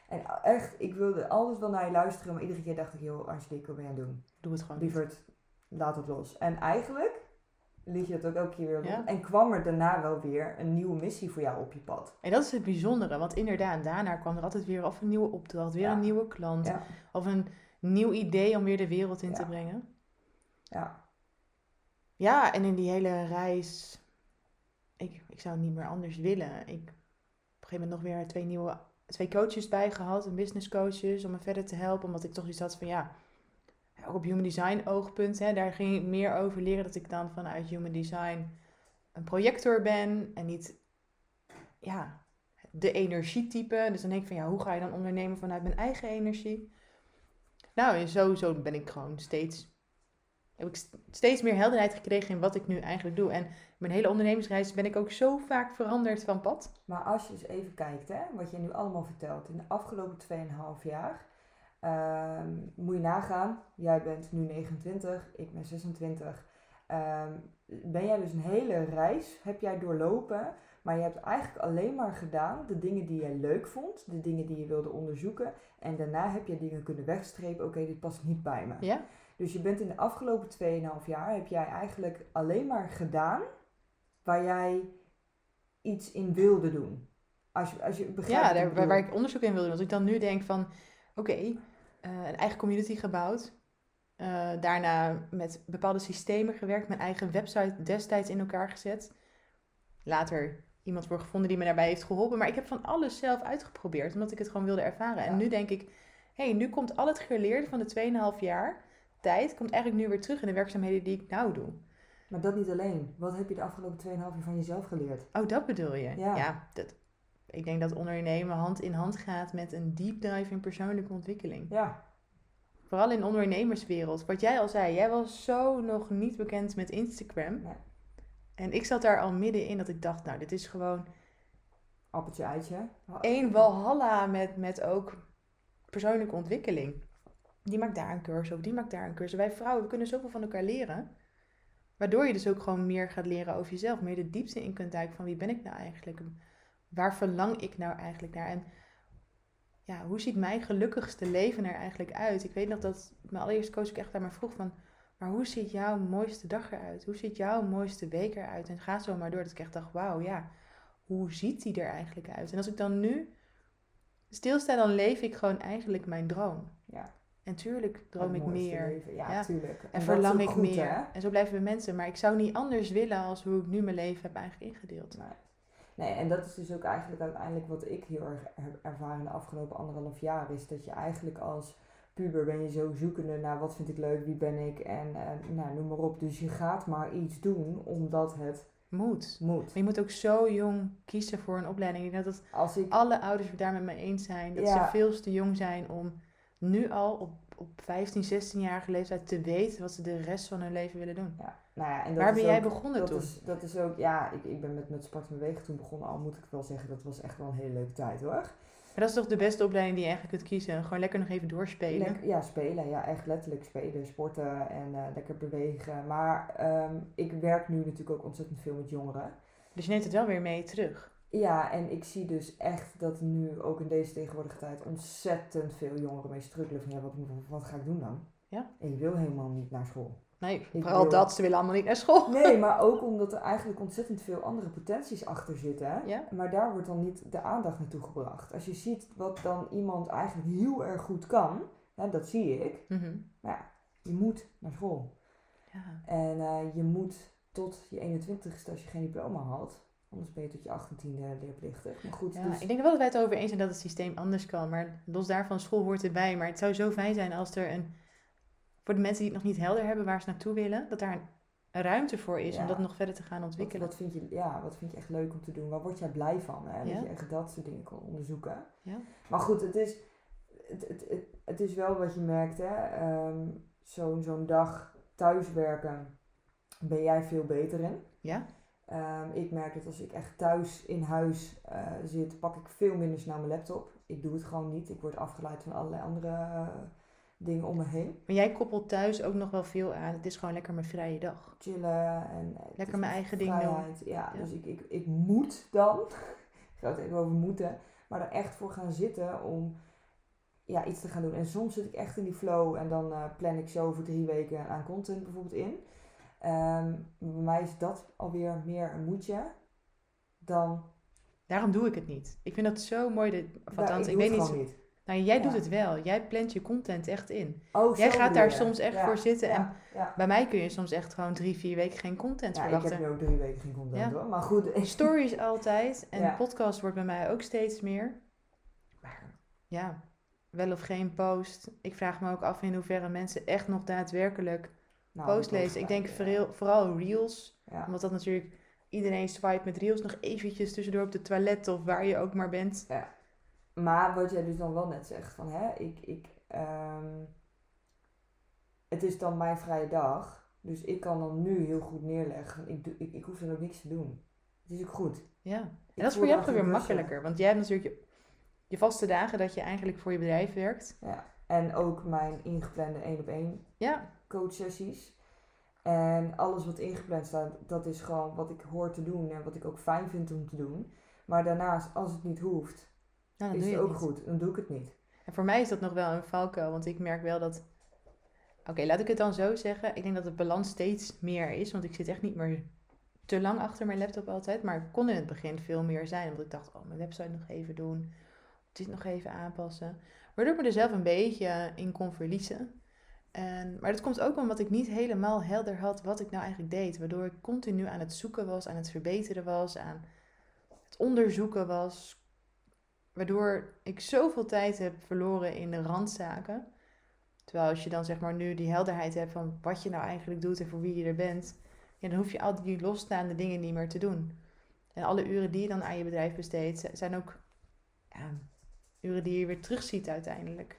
En echt, ik wilde altijd wel naar je luisteren, maar iedere keer dacht ik, joh, Angelique, wat ben je aan het doen? Doe het gewoon. Lieverd, laat het los. En eigenlijk liet je het ook elke keer weer los. Ja. En kwam er daarna wel weer een nieuwe missie voor jou op je pad. En dat is het bijzondere, want inderdaad, daarna kwam er altijd weer of een nieuwe opdracht, weer Ja. een nieuwe klant. Ja. Of een nieuw idee om weer de wereld in Ja. te brengen. Ja. Ja, en in die hele reis, ik, ik zou het niet meer anders willen. Ik heb op een gegeven moment nog weer twee nieuwe, twee coaches bij gehad, een business coaches, om me verder te helpen. Omdat ik toch iets had van, ja, ook op human design oogpunt, hè, daar ging ik meer over leren dat ik dan vanuit human design een projector ben en niet, ja, de energietype. Dus dan denk ik van, ja, hoe ga je dan ondernemen vanuit mijn eigen energie? Nou, en zo, zo ben ik gewoon steeds, heb ik steeds meer helderheid gekregen in wat ik nu eigenlijk doe. En mijn hele ondernemingsreis ben ik ook zo vaak veranderd van pad. Maar als je eens even kijkt, hè, wat je nu allemaal vertelt in de afgelopen twee komma vijf jaar, ehm, moet je nagaan. Jij bent nu negenentwintig, ik ben zesentwintig. Ehm, ben jij dus een hele reis, heb jij doorlopen, maar je hebt eigenlijk alleen maar gedaan de dingen die je leuk vond, de dingen die je wilde onderzoeken. En daarna heb je dingen kunnen wegstrepen, oké, dit past niet bij me. Ja? Dus je bent in de afgelopen twee komma vijf jaar, heb jij eigenlijk alleen maar gedaan waar jij iets in wilde doen. Als je, als je begrijpt Ja, wat ik daar, waar, bedoel. waar ik onderzoek in wil doen. Als ik dan nu denk van, oké, eh, een eigen community gebouwd. Eh, daarna met bepaalde systemen gewerkt. Mijn eigen website destijds in elkaar gezet. Later iemand voor gevonden die me daarbij heeft geholpen. Maar ik heb van alles zelf uitgeprobeerd. Omdat ik het gewoon wilde ervaren. Ja. En nu denk ik, hé, hey, nu komt al het geleerde van de twee komma vijf jaar tijd. Komt eigenlijk nu weer terug in de werkzaamheden die ik nou doe. Maar dat niet alleen. Wat heb je de afgelopen twee komma vijf jaar van jezelf geleerd? Oh, dat bedoel je? Ja. dat, ik denk dat ondernemen hand in hand gaat met een deep dive in persoonlijke ontwikkeling. Ja. Vooral in de ondernemerswereld. Wat jij al zei, jij was zo nog niet bekend met Instagram. Nee. En ik zat daar al middenin dat ik dacht, nou, dit is gewoon Appeltje, eitje. één walhalla met, met ook persoonlijke ontwikkeling. Die maakt daar een cursus over, die maakt daar een cursus. Wij vrouwen, we kunnen zoveel van elkaar leren. Waardoor je dus ook gewoon meer gaat leren over jezelf. Meer de diepte in kunt duiken van wie ben ik nou eigenlijk? Waar verlang ik nou eigenlijk naar? En ja, hoe ziet mijn gelukkigste leven er eigenlijk uit? Ik weet nog dat mijn allereerste coach ook echt aan me vroeg van, maar hoe ziet jouw mooiste dag eruit? Hoe ziet jouw mooiste week eruit? En ga zo maar door. Dat ik echt dacht, wauw, ja, hoe ziet die er eigenlijk uit? En als ik dan nu stilsta, dan leef ik gewoon eigenlijk mijn droom. Ja. En tuurlijk droom Het ik mooiste meer. leven. Ja, Ja. tuurlijk. En, En dat verlang is ik ook goed, meer. hè? En zo blijven we mensen. Maar ik zou niet anders willen als hoe ik nu mijn leven heb eigenlijk ingedeeld. Nee. Nee, en dat is dus ook eigenlijk uiteindelijk wat ik heel erg heb ervaren de afgelopen anderhalf jaar. Is dat je eigenlijk als puber ben je zo zoekende naar wat vind ik leuk, wie ben ik en uh, nou, noem maar op. Dus je gaat maar iets doen omdat het Moet. moet. Maar je moet ook zo jong kiezen voor een opleiding. Ik denk dat het Als ik, alle ouders het daar met me eens zijn. Dat Ja. ze veel te jong zijn om nu al op, op vijftien, zestienjarige leeftijd te weten wat ze de rest van hun leven willen doen. ja, nou ja, en dat Waar is ben jij ook- begonnen dat toen? Is, dat is ook, ja, ik, ik ben met, met sport en bewegen toen begonnen, al moet ik wel zeggen, dat was echt wel een hele leuke tijd hoor. Maar dat is toch de beste opleiding die je eigenlijk kunt kiezen? Gewoon lekker nog even doorspelen. Lek- ja, spelen, ja, echt letterlijk spelen, sporten en eh, lekker bewegen. Maar ehm, ik werk nu natuurlijk ook ontzettend veel met jongeren. Dus je neemt het wel weer mee terug. Ja, en ik zie dus echt dat nu ook in deze tegenwoordige tijd ontzettend veel jongeren mee struggelen van ja, wat, wat ga ik doen dan? Ja. En je wil helemaal niet naar school. Nee, Ik vooral wil- dat. Ze willen allemaal niet naar school. Nee, maar ook omdat er eigenlijk ontzettend veel andere potenties achter zitten. Hè? Ja. Maar daar wordt dan niet de aandacht naartoe gebracht. Als je ziet wat dan iemand eigenlijk heel erg goed kan, hè, dat zie ik. Mhm. Je moet naar school. Ja. En eh, je moet tot je eenentwintigste als je geen diploma had. Anders ben je tot je achttiende leerplichtig. Maar goed, Ja, dus, ik denk wel dat wij het over eens zijn dat het systeem anders kan. Maar los daarvan, school hoort erbij. Maar het zou zo fijn zijn als er een, voor de mensen die het nog niet helder hebben waar ze naartoe willen, dat daar een, een ruimte voor is Ja. om dat nog verder te gaan wat, ontwikkelen. wat, vind je, ja, wat vind je echt leuk om te doen? Waar word jij blij van? Hè? Ja. Dat je echt dat soort dingen kan onderzoeken. Ja. Maar goed, het is, het, het, het, het is wel wat je merkt. Hè? Ehm, zo'n, zo'n dag thuiswerken ben jij veel beter in. Ja? Ehm, ik merk dat als ik echt thuis in huis uh, zit, pak ik veel minder snel mijn laptop. Ik doe het gewoon niet. Ik word afgeleid van allerlei andere uh, dingen om me heen. Maar jij koppelt thuis ook nog wel veel aan. Het is gewoon lekker mijn vrije dag. Chillen en Lekker mijn eigen ding doen. vrijheid. Ja, Ja. dus ik, ik, ik moet dan, ik ga het even over moeten, maar er echt voor gaan zitten om ja, iets te gaan doen. En soms zit ik echt in die flow en dan uh, plan ik zo voor drie weken aan content bijvoorbeeld in. Um, bij mij is dat alweer meer een moedje dan... Daarom doe ik het niet. Ik vind dat zo mooi. Dat, of nou, althans, ik, ik ik weet niet. niet. Nou, jij ja. doet het wel. Jij plant je content echt in. Oh, jij zo gaat daar je. soms echt ja. voor zitten. Ja. En Ja. bij mij kun je soms echt gewoon drie, vier weken geen content ja, verwachten. Ik heb nu ook drie weken geen content ja. hoor. Maar goed. Stories altijd. En ja. podcast wordt bij mij ook steeds meer. Maar ja, wel of geen post. Ik vraag me ook af in hoeverre mensen echt nog daadwerkelijk nou, post lezen. Ik denk vooral, vooral reels. Ja. Omdat dat natuurlijk... Iedereen swipe met reels nog eventjes tussendoor op de toilet of waar je ook maar bent. Ja. Maar wat jij dus dan wel net zegt, van hè, ik, ik, um, het is dan mijn vrije dag, dus ik kan dan nu heel goed neerleggen. Ik, doe, ik, ik hoef dan ook niks te doen. Het is ook goed. Ja, en ik dat is voor jou ook weer makkelijker, want jij hebt natuurlijk je, je vaste dagen dat je eigenlijk voor je bedrijf werkt. Ja, en ook mijn ingeplande één op één ja. coachsessies. En alles wat ingepland staat, dat is gewoon wat ik hoor te doen en wat ik ook fijn vind om te doen. Maar daarnaast, als het niet hoeft, nou, is het, het ook niet. Goed. Dan doe ik het niet. En voor mij is dat nog wel een valkuil, want ik merk wel dat... Oké, okay, laat ik het dan zo zeggen. Ik denk dat de balans steeds meer is, want ik zit echt niet meer te lang achter mijn laptop altijd. Maar ik kon in het begin veel meer zijn, omdat ik dacht, oh, mijn website nog even doen. Dit nog even aanpassen. Waardoor ik me er zelf een beetje in kon verliezen. En, maar dat komt ook omdat ik niet helemaal helder had wat ik nou eigenlijk deed. Waardoor ik continu aan het zoeken was, aan het verbeteren was, aan het onderzoeken was. Waardoor ik zoveel tijd heb verloren in de randzaken. Terwijl als je dan zeg maar nu die helderheid hebt van wat je nou eigenlijk doet en voor wie je er bent. Ja, dan hoef je al die losstaande dingen niet meer te doen. En alle uren die je dan aan je bedrijf besteedt, zijn ook ja, uren die je weer terugziet uiteindelijk.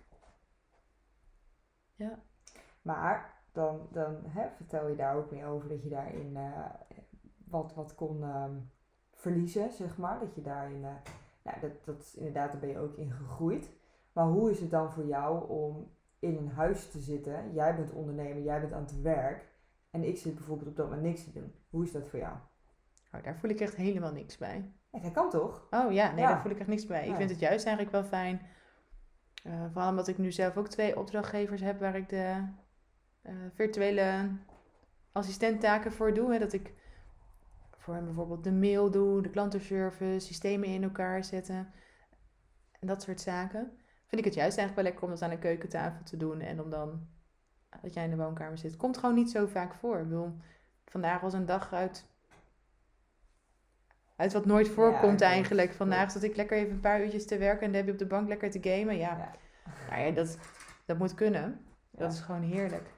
Ja. Maar dan, dan hè, vertel je daar ook meer over dat je daarin uh, wat, wat kon um, verliezen, zeg maar. Dat je daarin, uh, nou, dat, dat inderdaad, daar ben je ook in gegroeid. Maar hoe is het dan voor jou om in een huis te zitten? Jij bent ondernemer, jij bent aan het werk. En ik zit bijvoorbeeld op dat moment niks te doen. Hoe is dat voor jou? Oh, daar voel ik echt helemaal niks bij. Ja, dat kan toch? Oh ja, nee, ja. Daar voel ik echt niks bij. Ja. Ik vind het juist eigenlijk wel fijn. Uh, vooral omdat ik nu zelf ook twee opdrachtgevers heb waar ik de uh, virtuele assistenttaken voor doe. Hè. Dat ik voor hen bijvoorbeeld de mail doe, de klantenservice, systemen in elkaar zetten. En dat soort zaken. Vind ik het juist eigenlijk wel lekker om dat aan de keukentafel te doen. En om dan, dat jij in de woonkamer zit. Komt gewoon niet zo vaak voor. Ik bedoel, vandaag was een dag uit... Uit wat nooit voorkomt ja, eigenlijk. Vandaag zat ik lekker even een paar uurtjes te werken en Debbie op de bank lekker te gamen. Ja, ja. Nou ja dat, dat moet kunnen. Dat ja. is gewoon heerlijk.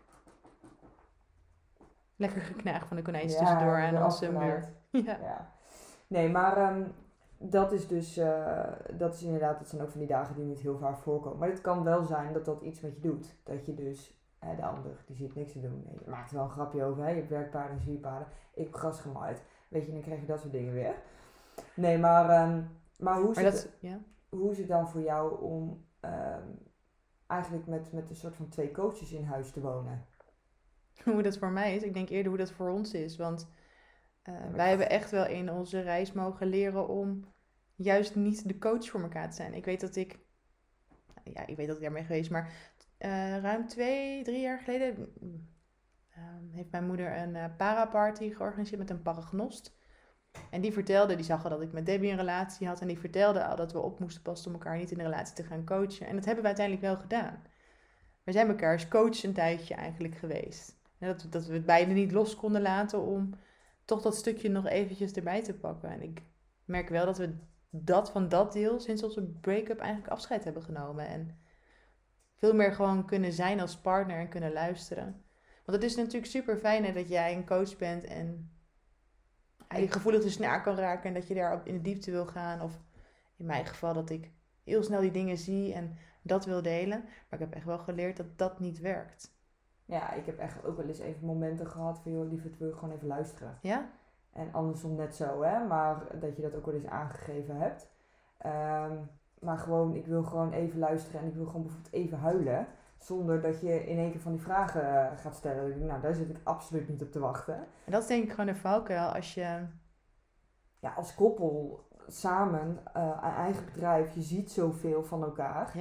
Lekker geknaagd van de konijntjes ja, tussendoor aan onze muur. Ja. ja. Nee, maar um, dat is dus, uh, dat is inderdaad, dat zijn ook van die dagen die niet heel vaak voorkomen. Maar het kan wel zijn dat dat iets met je doet. Dat je dus, hè, de ander, die zit niks te doen. Je maakt er wel een grapje over, hè. Je hebt werkpaarden en zwierpaarden. Ik heb gras gemaaid. Weet je, dan krijg je dat soort dingen weer. Nee, maar, um, maar, hoe, maar is dat, het, ja. hoe is het dan voor jou om um, eigenlijk met, met een soort van twee coaches in huis te wonen? Hoe dat voor mij is? Ik denk eerder hoe dat voor ons is. Want uh, ja, wij hebben echt wel in onze reis mogen leren om juist niet de coach voor elkaar te zijn. Ik weet dat ik, ja, ik weet dat ik daarmee geweest, maar uh, ruim twee, drie jaar geleden uh, heeft mijn moeder een uh, paraparty georganiseerd met een paragnost. En die vertelde, die zag al dat ik met Debbie een relatie had. En die vertelde al dat we op moesten passen om elkaar niet in een relatie te gaan coachen. En dat hebben we uiteindelijk wel gedaan. We zijn elkaar als coach een tijdje eigenlijk geweest. En dat, dat we het beide niet los konden laten om toch dat stukje nog eventjes erbij te pakken. En ik merk wel dat we dat van dat deel sinds onze break-up eigenlijk afscheid hebben genomen. En veel meer gewoon kunnen zijn als partner en kunnen luisteren. Want het is natuurlijk super fijn hè, dat jij een coach bent en je gevoelig de snaar kan raken en dat je daar in de diepte wil gaan. Of in mijn geval dat ik heel snel die dingen zie en dat wil delen. Maar ik heb echt wel geleerd dat dat niet werkt. Ja, ik heb echt ook wel eens even momenten gehad van joh, lieverd, wil je gewoon even luisteren. Ja? En andersom net zo, hè. Maar dat je dat ook wel eens aangegeven hebt. Um, maar gewoon, ik wil gewoon even luisteren en ik wil gewoon bijvoorbeeld even huilen. Zonder dat je in één keer van die vragen gaat stellen. Nou, daar zit ik absoluut niet op te wachten. En dat is denk ik gewoon een valkuil als je... Ja, als koppel samen, uh, een eigen bedrijf, je ziet zoveel van elkaar. Ja?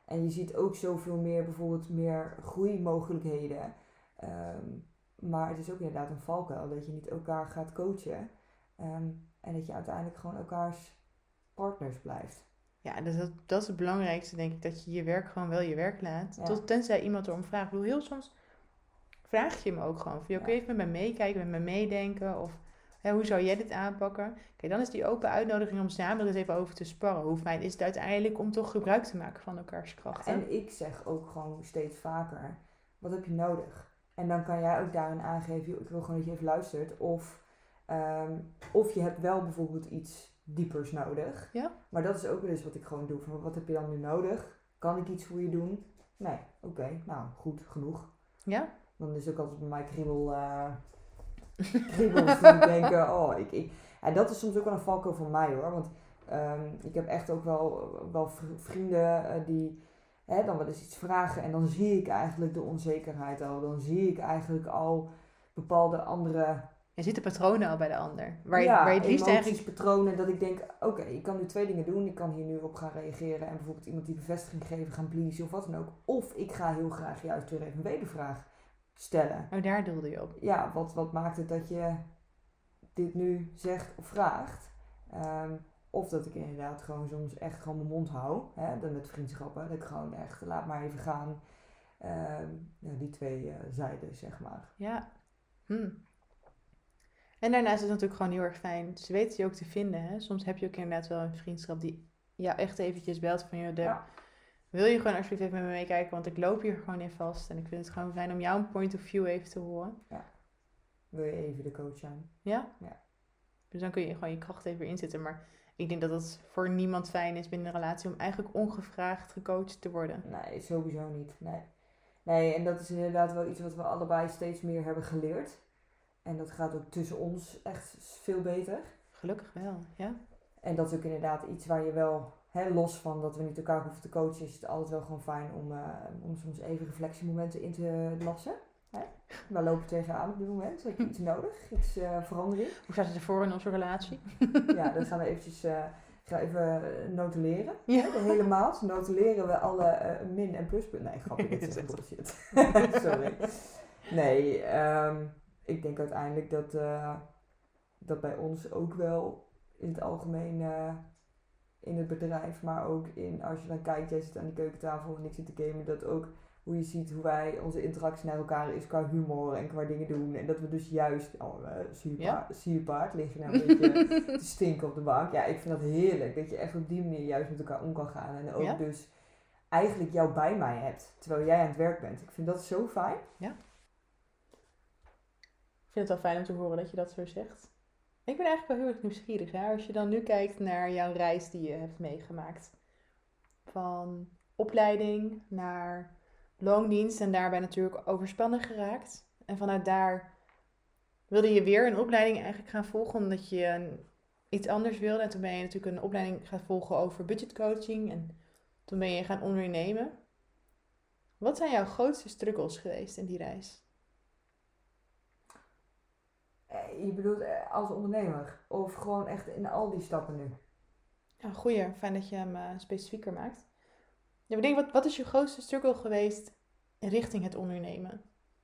En je ziet ook zoveel meer, bijvoorbeeld meer groeimogelijkheden. Um, maar het is ook inderdaad een valkuil dat je niet elkaar gaat coachen. Um, en dat je uiteindelijk gewoon elkaars partners blijft. Ja, dus dat, dat is het belangrijkste, denk ik. Dat je je werk gewoon wel je werk laat. Ja. Tot, tenzij iemand erom vraagt. Ik bedoel, heel soms vraag je hem ook gewoon. Van, joh, kun je even met me meekijken, met me meedenken? Of hè, hoe zou jij dit aanpakken? Kijk, dan is die open uitnodiging om samen er eens even over te sparren. Hoe fijn is het uiteindelijk om toch gebruik te maken van elkaars krachten? En ik zeg ook gewoon steeds vaker, wat heb je nodig? En dan kan jij ook daarin aangeven, joh, ik wil gewoon dat je even luistert. Of, um, of je hebt wel bijvoorbeeld iets diepers nodig. Ja. Maar dat is ook wel eens wat ik gewoon doe. Van, wat heb je dan nu nodig? Kan ik iets voor je doen? Nee, oké, okay, nou goed, genoeg. Ja. Dan is ook altijd bij mij kriebel, uh, kriebels die denken, oh, ik, ik... Ja, dat is soms ook wel een valkuil voor mij hoor. Want um, ik heb echt ook wel, wel vrienden uh, die hè, dan wel eens iets vragen. En dan zie ik eigenlijk de onzekerheid al. Dan zie ik eigenlijk al bepaalde andere... Je ziet de patronen al bij de ander. Waar je, ja, waar je het liefst emoties, eigenlijk... patronen. Dat ik denk, oké, okay, ik kan nu twee dingen doen. Ik kan hier nu op gaan reageren. En bijvoorbeeld iemand die bevestiging geven, gaan pleasen of wat dan ook. Of ik ga heel graag juist weer even een wedervraag stellen. Oh, daar doelde je op. Ja, wat, wat maakt het dat je dit nu zegt of vraagt? Um, of dat ik inderdaad gewoon soms echt gewoon mijn mond hou. Hè, dan met vriendschappen. Dat ik gewoon echt, laat maar even gaan. Um, ja, die twee uh, zijden, zeg maar. Ja. Hm. En daarnaast is het natuurlijk gewoon heel erg fijn. Ze weten je ook te vinden. Hè? Soms heb je ook inderdaad wel een vriendschap die jou echt eventjes belt van... Joh, de, ja. wil je gewoon alsjeblieft even met me meekijken? Want ik loop hier gewoon in vast. En ik vind het gewoon fijn om jouw point of view even te horen. Ja. Wil je even de coach zijn? Ja? Ja. Dus dan kun je gewoon je kracht even weer inzetten. Maar ik denk dat het voor niemand fijn is binnen een relatie om eigenlijk ongevraagd gecoacht te worden. Nee, sowieso niet. Nee. Nee, en dat is inderdaad wel iets wat we allebei steeds meer hebben geleerd. En dat gaat ook tussen ons echt veel beter. Gelukkig wel, ja. En dat is ook inderdaad iets waar je wel, hè, los van dat we niet elkaar hoeven te coachen, is het altijd wel gewoon fijn om, uh, om soms even reflectiemomenten in te lassen. Hè? Waar lopen we tegenaan op dit moment? Heb je iets nodig? Iets uh, verandering? Hoe staat het ervoor in onze relatie? Ja, dan gaan we eventjes, uh, ik ga even notuleren. Ja. Hè? De hele maand notuleren we alle uh, min- en pluspunten. Nee, grapje, dit is echt bullshit. Sorry. Nee, um, ik denk uiteindelijk dat, uh, dat bij ons ook wel in het algemeen uh, in het bedrijf, maar ook in, als je dan kijkt, jij zit aan de keukentafel en ik zit te gamen, dat ook hoe je ziet hoe wij, onze interactie naar elkaar is qua humor en qua dingen doen. En dat we dus juist, oh, uh, zie je paard, ja? zie je paard, lig je nou een beetje te stinken op de bank. Ja, ik vind dat heerlijk, dat je echt op die manier juist met elkaar om kan gaan. En ook ja? dus eigenlijk jou bij mij hebt, terwijl jij aan het werk bent. Ik vind dat zo fijn. Ja. Ik vind het wel fijn om te horen dat je dat zo zegt. Ik ben eigenlijk wel heel erg nieuwsgierig. Hè? Als je dan nu kijkt naar jouw reis die je hebt meegemaakt. Van opleiding naar loondienst en daarbij natuurlijk overspannen geraakt. En vanuit daar wilde je weer een opleiding eigenlijk gaan volgen omdat je een, iets anders wilde. En toen ben je natuurlijk een opleiding gaan volgen over budgetcoaching. En toen ben je gaan ondernemen. Wat zijn jouw grootste struggles geweest in die reis? Je bedoelt als ondernemer? Of gewoon echt in al die stappen nu? Ja, goeie. Fijn dat je hem uh, specifieker maakt. Ja, ik denk, wat, wat is je grootste struggle geweest richting het ondernemen?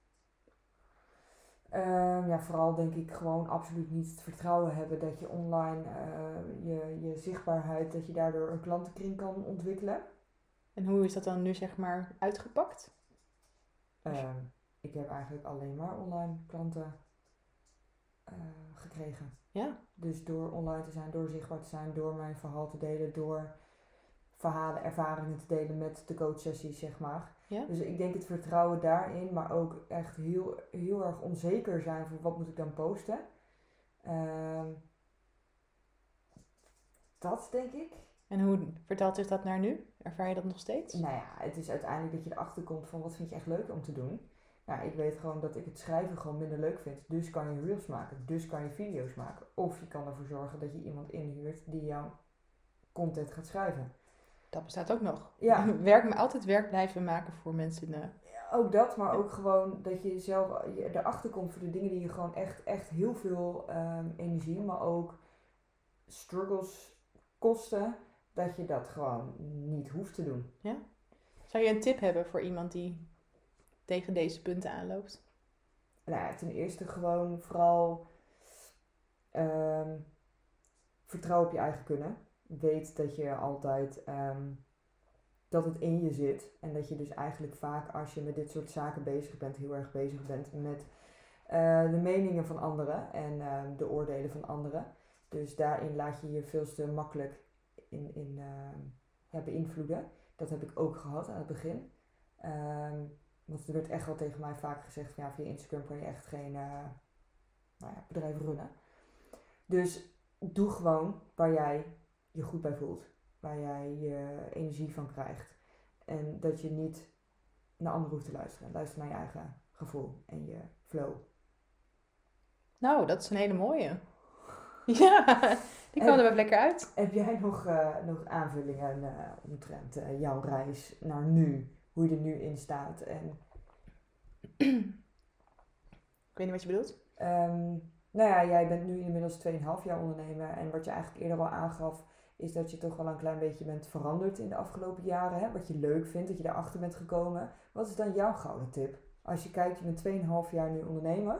Uh, ja, vooral denk ik gewoon absoluut niet het vertrouwen hebben dat je online uh, je, je zichtbaarheid, dat je daardoor een klantenkring kan ontwikkelen. En hoe is dat dan nu zeg maar uitgepakt? Uh, ik heb eigenlijk alleen maar online klanten uh, gekregen. Ja. Dus door online te zijn, door zichtbaar te zijn, door mijn verhaal te delen, door verhalen, ervaringen te delen met de coachsessies, zeg maar. Ja. Dus ik denk het vertrouwen daarin, maar ook echt heel, heel erg onzeker zijn van wat moet ik dan posten. Uh, dat denk ik. En hoe vertaalt zich dat naar nu? Ervaar je dat nog steeds? Nou ja, het is uiteindelijk dat je erachter komt van wat vind je echt leuk om te doen. Nou, ik weet gewoon dat ik het schrijven gewoon minder leuk vind. Dus kan je reels maken, dus kan je video's maken. Of je kan ervoor zorgen dat je iemand inhuurt die jouw content gaat schrijven. Dat bestaat ook nog. Ja. Werk, maar altijd werk blijven maken voor mensen. Uh... Ja, ook dat, maar ook gewoon dat je zelf je erachter komt voor de dingen die je gewoon echt, echt heel veel um, energie, maar ook struggles kosten, dat je dat gewoon niet hoeft te doen. Ja. Zou je een tip hebben voor iemand die tegen deze punten aanloopt? Nou ja, ten eerste gewoon vooral um, vertrouw op je eigen kunnen. Weet dat je altijd, um, dat het in je zit. En dat je dus eigenlijk vaak als je met dit soort zaken bezig bent, heel erg bezig bent met uh, de meningen van anderen en uh, de oordelen van anderen. Dus daarin laat je je veel te makkelijk in, in, uh, ja, beïnvloeden. Dat heb ik ook gehad aan het begin. Um, want er werd echt wel tegen mij vaak gezegd van ja, via Instagram kan je echt geen uh, nou ja, bedrijf runnen. Dus doe gewoon waar jij je goed bij voelt. Waar jij je energie van krijgt. En dat je niet naar anderen hoeft te luisteren. Luister naar je eigen gevoel en je flow. Nou, dat is een hele mooie. Ja, die kwam er wel lekker uit. Heb jij nog, uh, nog aanvullingen uh, omtrent uh, jouw reis naar nu? Hoe je er nu in staat? En ik weet niet wat je bedoelt. Um, nou ja, jij bent nu inmiddels twee komma vijf jaar ondernemer. En wat je eigenlijk eerder al aangaf, is dat je toch wel een klein beetje bent veranderd in de afgelopen jaren. Hè? Wat je leuk vindt, dat je daarachter bent gekomen. Wat is dan jouw gouden tip? Als je kijkt, je bent twee komma vijf jaar nu ondernemer.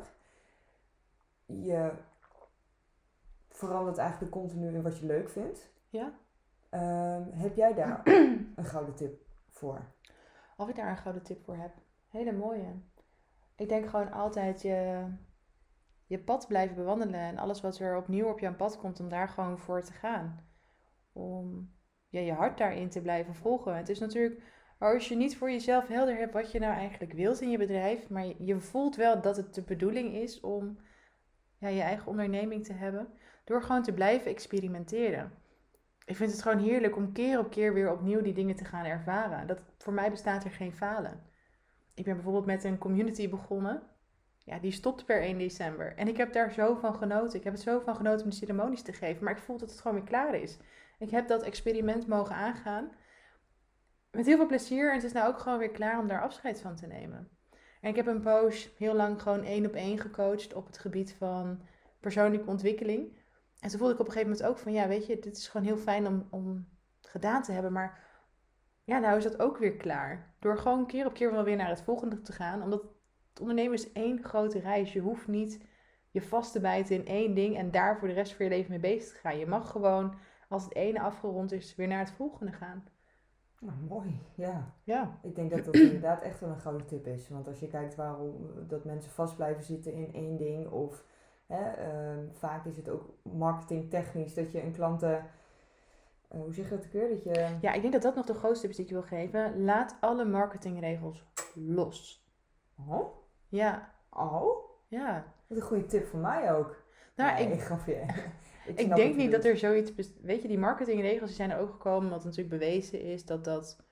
Je verandert eigenlijk continu in wat je leuk vindt. Ja. Um, heb jij daar een gouden tip voor? Of ik daar een gouden tip voor heb? Hele mooie. Ik denk gewoon altijd je, je pad blijven bewandelen. En alles wat er opnieuw op jouw pad komt, om daar gewoon voor te gaan. Om ja, je hart daarin te blijven volgen. Het is natuurlijk, als je niet voor jezelf helder hebt wat je nou eigenlijk wilt in je bedrijf. Maar je, je voelt wel dat het de bedoeling is om ja, je eigen onderneming te hebben. Door gewoon te blijven experimenteren. Ik vind het gewoon heerlijk om keer op keer weer opnieuw die dingen te gaan ervaren. Dat, voor mij bestaat er geen falen. Ik ben bijvoorbeeld met een community begonnen. Ja, die stopt per één december. En ik heb daar zo van genoten. Ik heb het zo van genoten om de ceremonies te geven. Maar ik voel dat het gewoon weer klaar is. Ik heb dat experiment mogen aangaan. Met heel veel plezier. En het is nou ook gewoon weer klaar om daar afscheid van te nemen. En ik heb een poos heel lang gewoon één op één gecoacht op het gebied van persoonlijke ontwikkeling. En toen voelde ik op een gegeven moment ook van, ja, weet je, dit is gewoon heel fijn om, om gedaan te hebben. Maar ja, nou is dat ook weer klaar. Door gewoon keer op keer wel weer naar het volgende te gaan. Omdat het ondernemen is één grote reis. Je hoeft niet je vast te bijten in één ding en daar voor de rest van je leven mee bezig te gaan. Je mag gewoon, als het ene afgerond is, weer naar het volgende gaan. Nou, mooi, ja. Ja. Ik denk dat dat inderdaad echt wel een gouden tip is. Want als je kijkt waarom dat mensen vast blijven zitten in één ding. Of hè, uh, vaak is het ook marketingtechnisch dat je een klanten... Uh, hoe zeg je dat ook weer? Dat je... Ja, ik denk dat dat nog de grootste tip is die ik wil geven. Laat alle marketingregels los. Oh? Ja. Oh? Ja. Dat is een goede tip voor mij ook. Nou, nee, ik... ik gaf je... Ik, ik denk niet dat er zoiets... Best- Weet je, die marketingregels die zijn er ook gekomen... omdat natuurlijk bewezen is dat dat...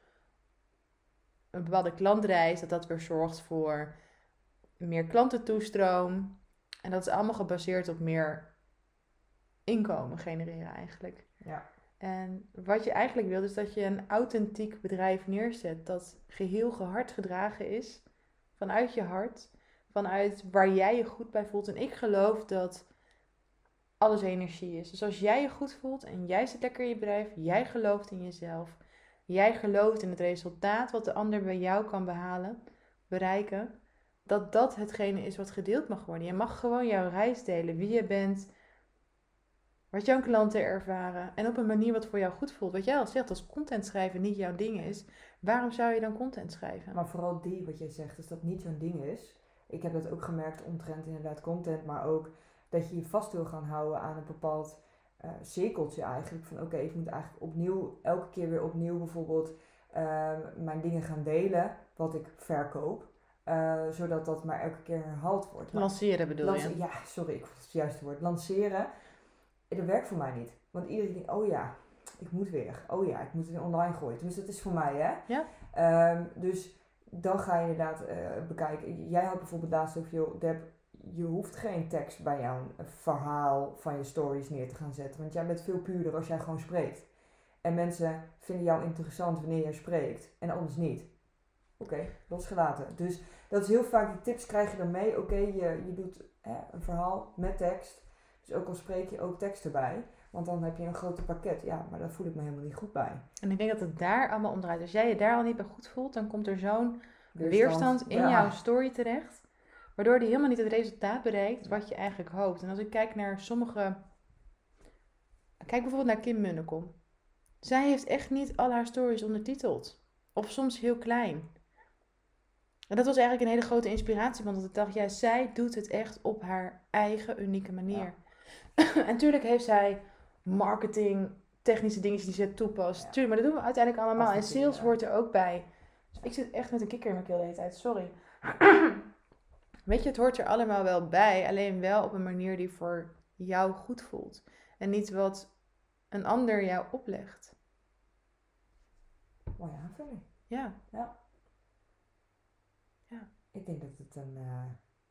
een bepaalde klantreis... dat dat weer zorgt voor... meer klantentoestroom. En dat is allemaal gebaseerd op meer... inkomen genereren eigenlijk. Ja. En wat je eigenlijk wil... is dat je een authentiek bedrijf neerzet... dat geheel gehard gedragen is... vanuit je hart... vanuit waar jij je goed bij voelt. En ik geloof dat... alles energie is. Dus als jij je goed voelt en jij zit lekker in je bedrijf, jij gelooft in jezelf, jij gelooft in het resultaat wat de ander bij jou kan behalen, bereiken, dat dat hetgene is wat gedeeld mag worden. Je mag gewoon jouw reis delen, wie je bent, wat jouw klanten ervaren en op een manier wat voor jou goed voelt. Wat jij al zegt, als content schrijven niet jouw ding is, waarom zou je dan content schrijven? Maar vooral die, wat jij zegt, als dat niet jouw ding is. Ik heb dat ook gemerkt omtrent inderdaad content, maar ook dat je je vast wil gaan houden aan een bepaald uh, cirkeltje eigenlijk. Van oké, okay, ik moet eigenlijk opnieuw, elke keer weer opnieuw bijvoorbeeld uh, mijn dingen gaan delen, wat ik verkoop. Uh, zodat dat maar elke keer herhaald wordt. Maar lanceren bedoel lance- je? Ja, sorry, ik het juiste woord. Lanceren, dat werkt voor mij niet. Want iedereen denkt, oh ja, ik moet weer. Oh ja, ik moet het online gooien. Tenminste, dat is voor mij, hè. Ja. Um, dus dan ga je inderdaad uh, bekijken. Jij had bijvoorbeeld laatst over, joh, Deb, je hoeft geen tekst bij jouw verhaal van je stories neer te gaan zetten. Want jij bent veel puurder als jij gewoon spreekt. En mensen vinden jou interessant wanneer jij spreekt. En anders niet. Oké, okay, losgelaten. Dus dat is heel vaak, die tips krijg je dan mee. Oké, okay, je, je doet hè, een verhaal met tekst. Dus ook al spreek je ook tekst erbij. Want dan heb je een groter pakket. Ja, maar daar voel ik me helemaal niet goed bij. En ik denk dat het daar allemaal om draait. Als jij je daar al niet bij goed voelt, dan komt er zo'n Weerstand, weerstand in ja. jouw story terecht. Waardoor die helemaal niet het resultaat bereikt wat je eigenlijk hoopt. En als ik kijk naar sommige... Kijk bijvoorbeeld naar Kim Munnekom. Zij heeft echt niet al haar stories ondertiteld. Of soms heel klein. En dat was eigenlijk een hele grote inspiratie. Want ik dacht, ja, zij doet het echt op haar eigen unieke manier. Ja. En natuurlijk heeft zij marketing, technische dingetjes die ze toepast. Ja. Tuurlijk, maar dat doen we uiteindelijk allemaal. En sales ja. hoort er ook bij. Dus ik zit echt met een kikker in mijn keel de hele tijd. Sorry. Weet je, het hoort er allemaal wel bij. Alleen wel op een manier die voor jou goed voelt. En niet wat een ander jou oplegt. Mooie aanvulling. Ja. Ja. Ja. Ik denk dat het een, uh,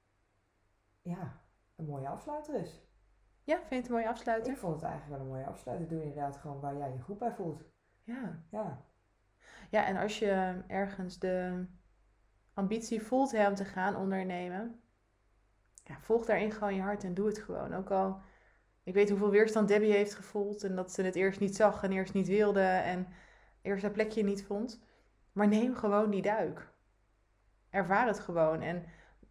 ja, een mooie afsluiter is. Ja, vind je het een mooie afsluiter? Ik vond het eigenlijk wel een mooie afsluiter. Doe je inderdaad gewoon waar jij je goed bij voelt. Ja. Ja. Ja, en als je ergens de ambitie voelt hè, om te gaan ondernemen, ja, volg daarin gewoon je hart en doe het gewoon. Ook al, ik weet hoeveel weerstand Debbie heeft gevoeld en dat ze het eerst niet zag en eerst niet wilde en eerst haar plekje niet vond. Maar neem gewoon die duik. Ervaar het gewoon en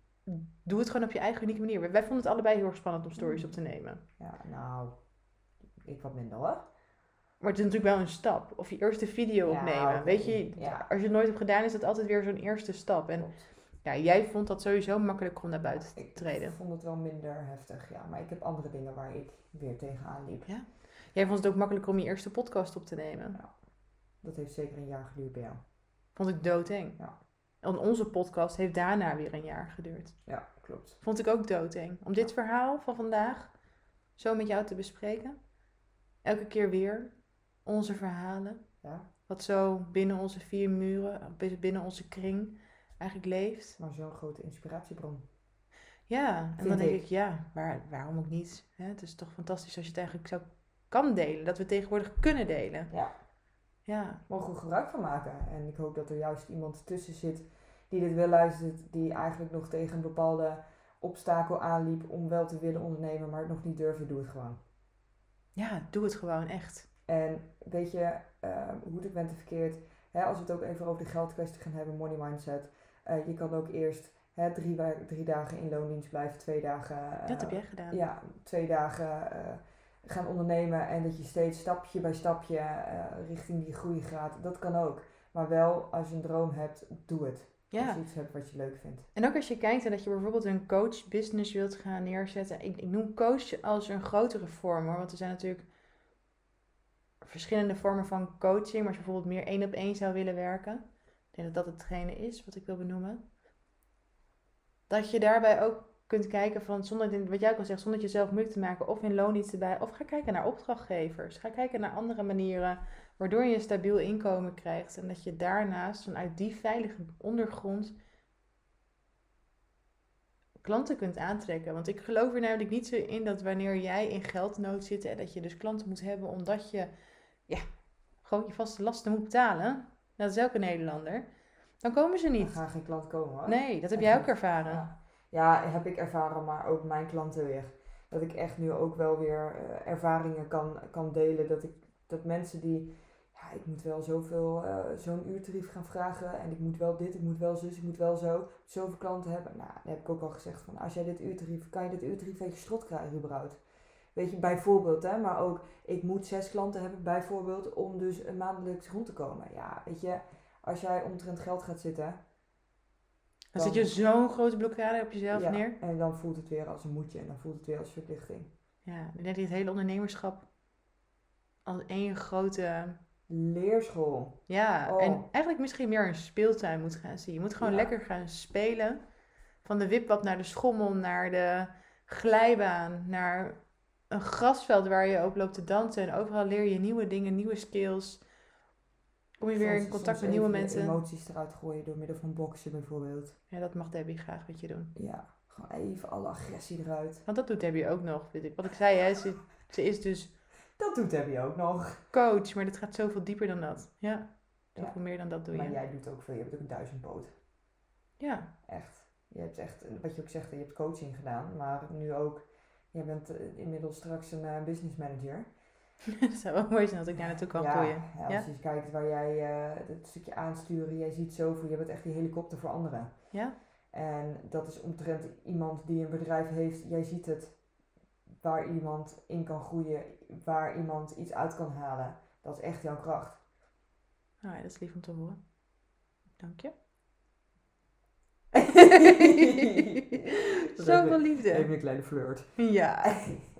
doe het gewoon op je eigen unieke manier. Wij vonden het allebei heel erg spannend om stories op te nemen. Ja, nou, ik wat minder hoor. Maar het is natuurlijk wel een stap. Of je eerste video ja, opnemen. okay. Weet je, ja. als je het nooit hebt gedaan, is dat altijd weer zo'n eerste stap. En ja, jij vond dat sowieso makkelijk om naar buiten te treden. Ik vond het wel minder heftig, ja. Maar ik heb andere dingen waar ik weer tegenaan liep. Ja? Jij vond het ook makkelijker om je eerste podcast op te nemen. Ja. Dat heeft zeker een jaar geduurd bij jou. Vond ik doodeng. Ja. En onze podcast heeft daarna weer een jaar geduurd. Ja, klopt. Vond ik ook doodeng. Om dit verhaal van vandaag zo met jou te bespreken. Elke keer weer onze verhalen. Ja. Wat zo binnen onze vier muren, binnen onze kring eigenlijk leeft. Maar zo'n grote inspiratiebron. Ja, en Vind dan denk ik, ik, ja, waar, waarom ook niet? Hè? Het is toch fantastisch als je het eigenlijk zou kan delen. Dat we het tegenwoordig kunnen delen. Ja. Ja. Mogen we gebruik van maken. En ik hoop dat er juist iemand tussen zit die dit wil luisteren. Die eigenlijk nog tegen een bepaalde obstakel aanliep om wel te willen ondernemen, maar het nog niet durfde. Doe het gewoon. Ja, doe het gewoon echt. En weet je, uh, hoe ik ben te verkeerd. Hè, als we het ook even over de geldkwestie gaan hebben, money mindset. Uh, je kan ook eerst hè, drie, drie dagen in loondienst blijven, twee dagen... Uh, dat heb jij gedaan. Ja, twee dagen uh, gaan ondernemen en dat je steeds stapje bij stapje uh, richting die groei gaat. Dat kan ook. Maar wel, als je een droom hebt, doe het. Ja. Als je iets hebt wat je leuk vindt. En ook als je kijkt en dat je bijvoorbeeld een coach business wilt gaan neerzetten. Ik, ik noem coach als een grotere vorm hoor. Want er zijn natuurlijk verschillende vormen van coaching. Maar als je bijvoorbeeld meer één op één zou willen werken. Ik denk dat dat hetgene is wat ik wil benoemen. Dat je daarbij ook kunt kijken van, zonder, wat jij ook al zegt, zonder het jezelf moeilijk te maken. Of in loondienst erbij. Of ga kijken naar opdrachtgevers. Ga kijken naar andere manieren. Waardoor je een stabiel inkomen krijgt. En dat je daarnaast vanuit die veilige ondergrond klanten kunt aantrekken. Want ik geloof er namelijk niet zo in dat wanneer jij in geldnood zit. En dat je dus klanten moet hebben omdat je ja, gewoon je vaste lasten moet betalen. Dat is elke Nederlander. Dan komen ze niet. Dan gaan geen klanten komen hoor. Nee, dat heb echt jij ook niet. ervaren. Ja. ja, heb ik ervaren, maar ook mijn klanten weer. Dat ik echt nu ook wel weer uh, ervaringen kan, kan delen. Dat, ik, dat mensen die... Ja, ik moet wel zoveel, uh, zo'n uurtarief gaan vragen. En ik moet wel dit, ik moet wel zus, ik moet wel zo. Zoveel klanten hebben. Nou, dan heb ik ook al gezegd van... Als jij dit uurtarief... Kan je dit uurtarief een strot krijgen überhaupt? Weet je, bijvoorbeeld hè. Maar ook, ik moet zes klanten hebben bijvoorbeeld... Om dus een maandelijks rond te komen. Ja, weet je... Als jij omtrent geld gaat zitten... Dan, dan zit je zo'n grote blokkade op jezelf ja, neer. En dan voelt het weer als een moedje. En dan voelt het weer als verplichting. Ja, ik denk dat het hele ondernemerschap... als één grote... leerschool. Ja, oh. en eigenlijk misschien meer een speeltuin moet gaan zien. Je moet gewoon ja. lekker gaan spelen. Van de wipwap naar de schommel, naar de glijbaan, naar een grasveld waar je op loopt te dansen. En overal leer je nieuwe dingen, nieuwe skills. Kom je Soms, weer in contact met nieuwe nieuwe mensen. Emoties eruit gooien door middel van boksen bijvoorbeeld. Ja, dat mag Debbie graag met je doen. Ja, gewoon even alle agressie eruit. Want dat doet Debbie ook nog, weet ik. Wat ik zei, hè, ze, ze is dus... Dat doet Debbie ook nog. Coach, maar dit gaat zoveel dieper dan dat. Ja, zoveel ja. meer dan dat doe je. Maar jij doet ook veel, je hebt ook een duizendpoot. Ja. Echt. Je hebt echt, wat je ook zegt, je hebt coaching gedaan, maar nu ook, jij bent uh, inmiddels straks een uh, business manager. Dat zou wel mooi zijn als ik daar naartoe kan ja, groeien. Ja, als Ja? je eens kijkt waar jij uh, het stukje aansturen, jij ziet zoveel, je bent echt die helikopter voor anderen. Ja? En dat is omtrent iemand die een bedrijf heeft, jij ziet het, waar iemand in kan groeien, waar iemand iets uit kan halen. Dat is echt jouw kracht. Nou ja, dat is lief om te horen. Dank je. Zoveel liefde. Even een kleine flirt. Ja.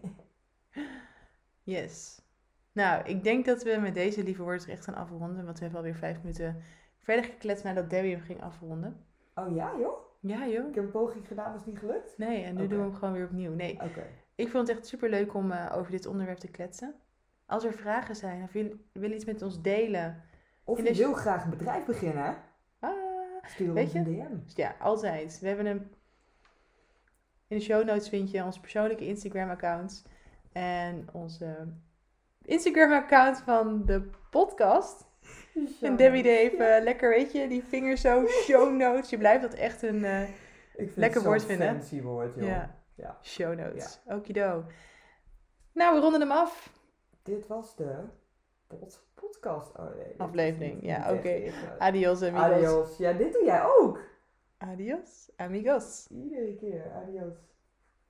Yes. Nou, ik denk dat we met deze lieve woorden echt gaan afronden. Want we hebben alweer vijf minuten verder gekletst nadat Debbie hem ging afronden. Oh ja, joh? Ja, joh. Ik heb een poging gedaan, dat is niet gelukt? Nee, en nu okay. doen we hem gewoon weer opnieuw. Nee. Okay. Ik vond het echt super leuk om uh, over dit onderwerp te kletsen. Als er vragen zijn of je wil iets met ons delen. Of je deze... wil graag een bedrijf beginnen, hè? Ah, stuur weet ons je? een D M. Ja, altijd. We hebben een... In de show notes vind je onze persoonlijke Instagram accounts. En onze Instagram account van de podcast. En Debbie deed even ja. lekker, weet je, die vingers zo, show notes. Je blijft dat echt een uh, Ik vind lekker woord vinden. Een fancy woord, joh. Ja. ja. Show notes. Ja. Okido. Nou, we ronden hem af. Dit was de pod- podcast oh, nee, aflevering. Ja, oké. Okay. uh, Adios, amigos. Adios. Ja, dit doe jij ook. Adios, amigos. Iedere keer. Adios.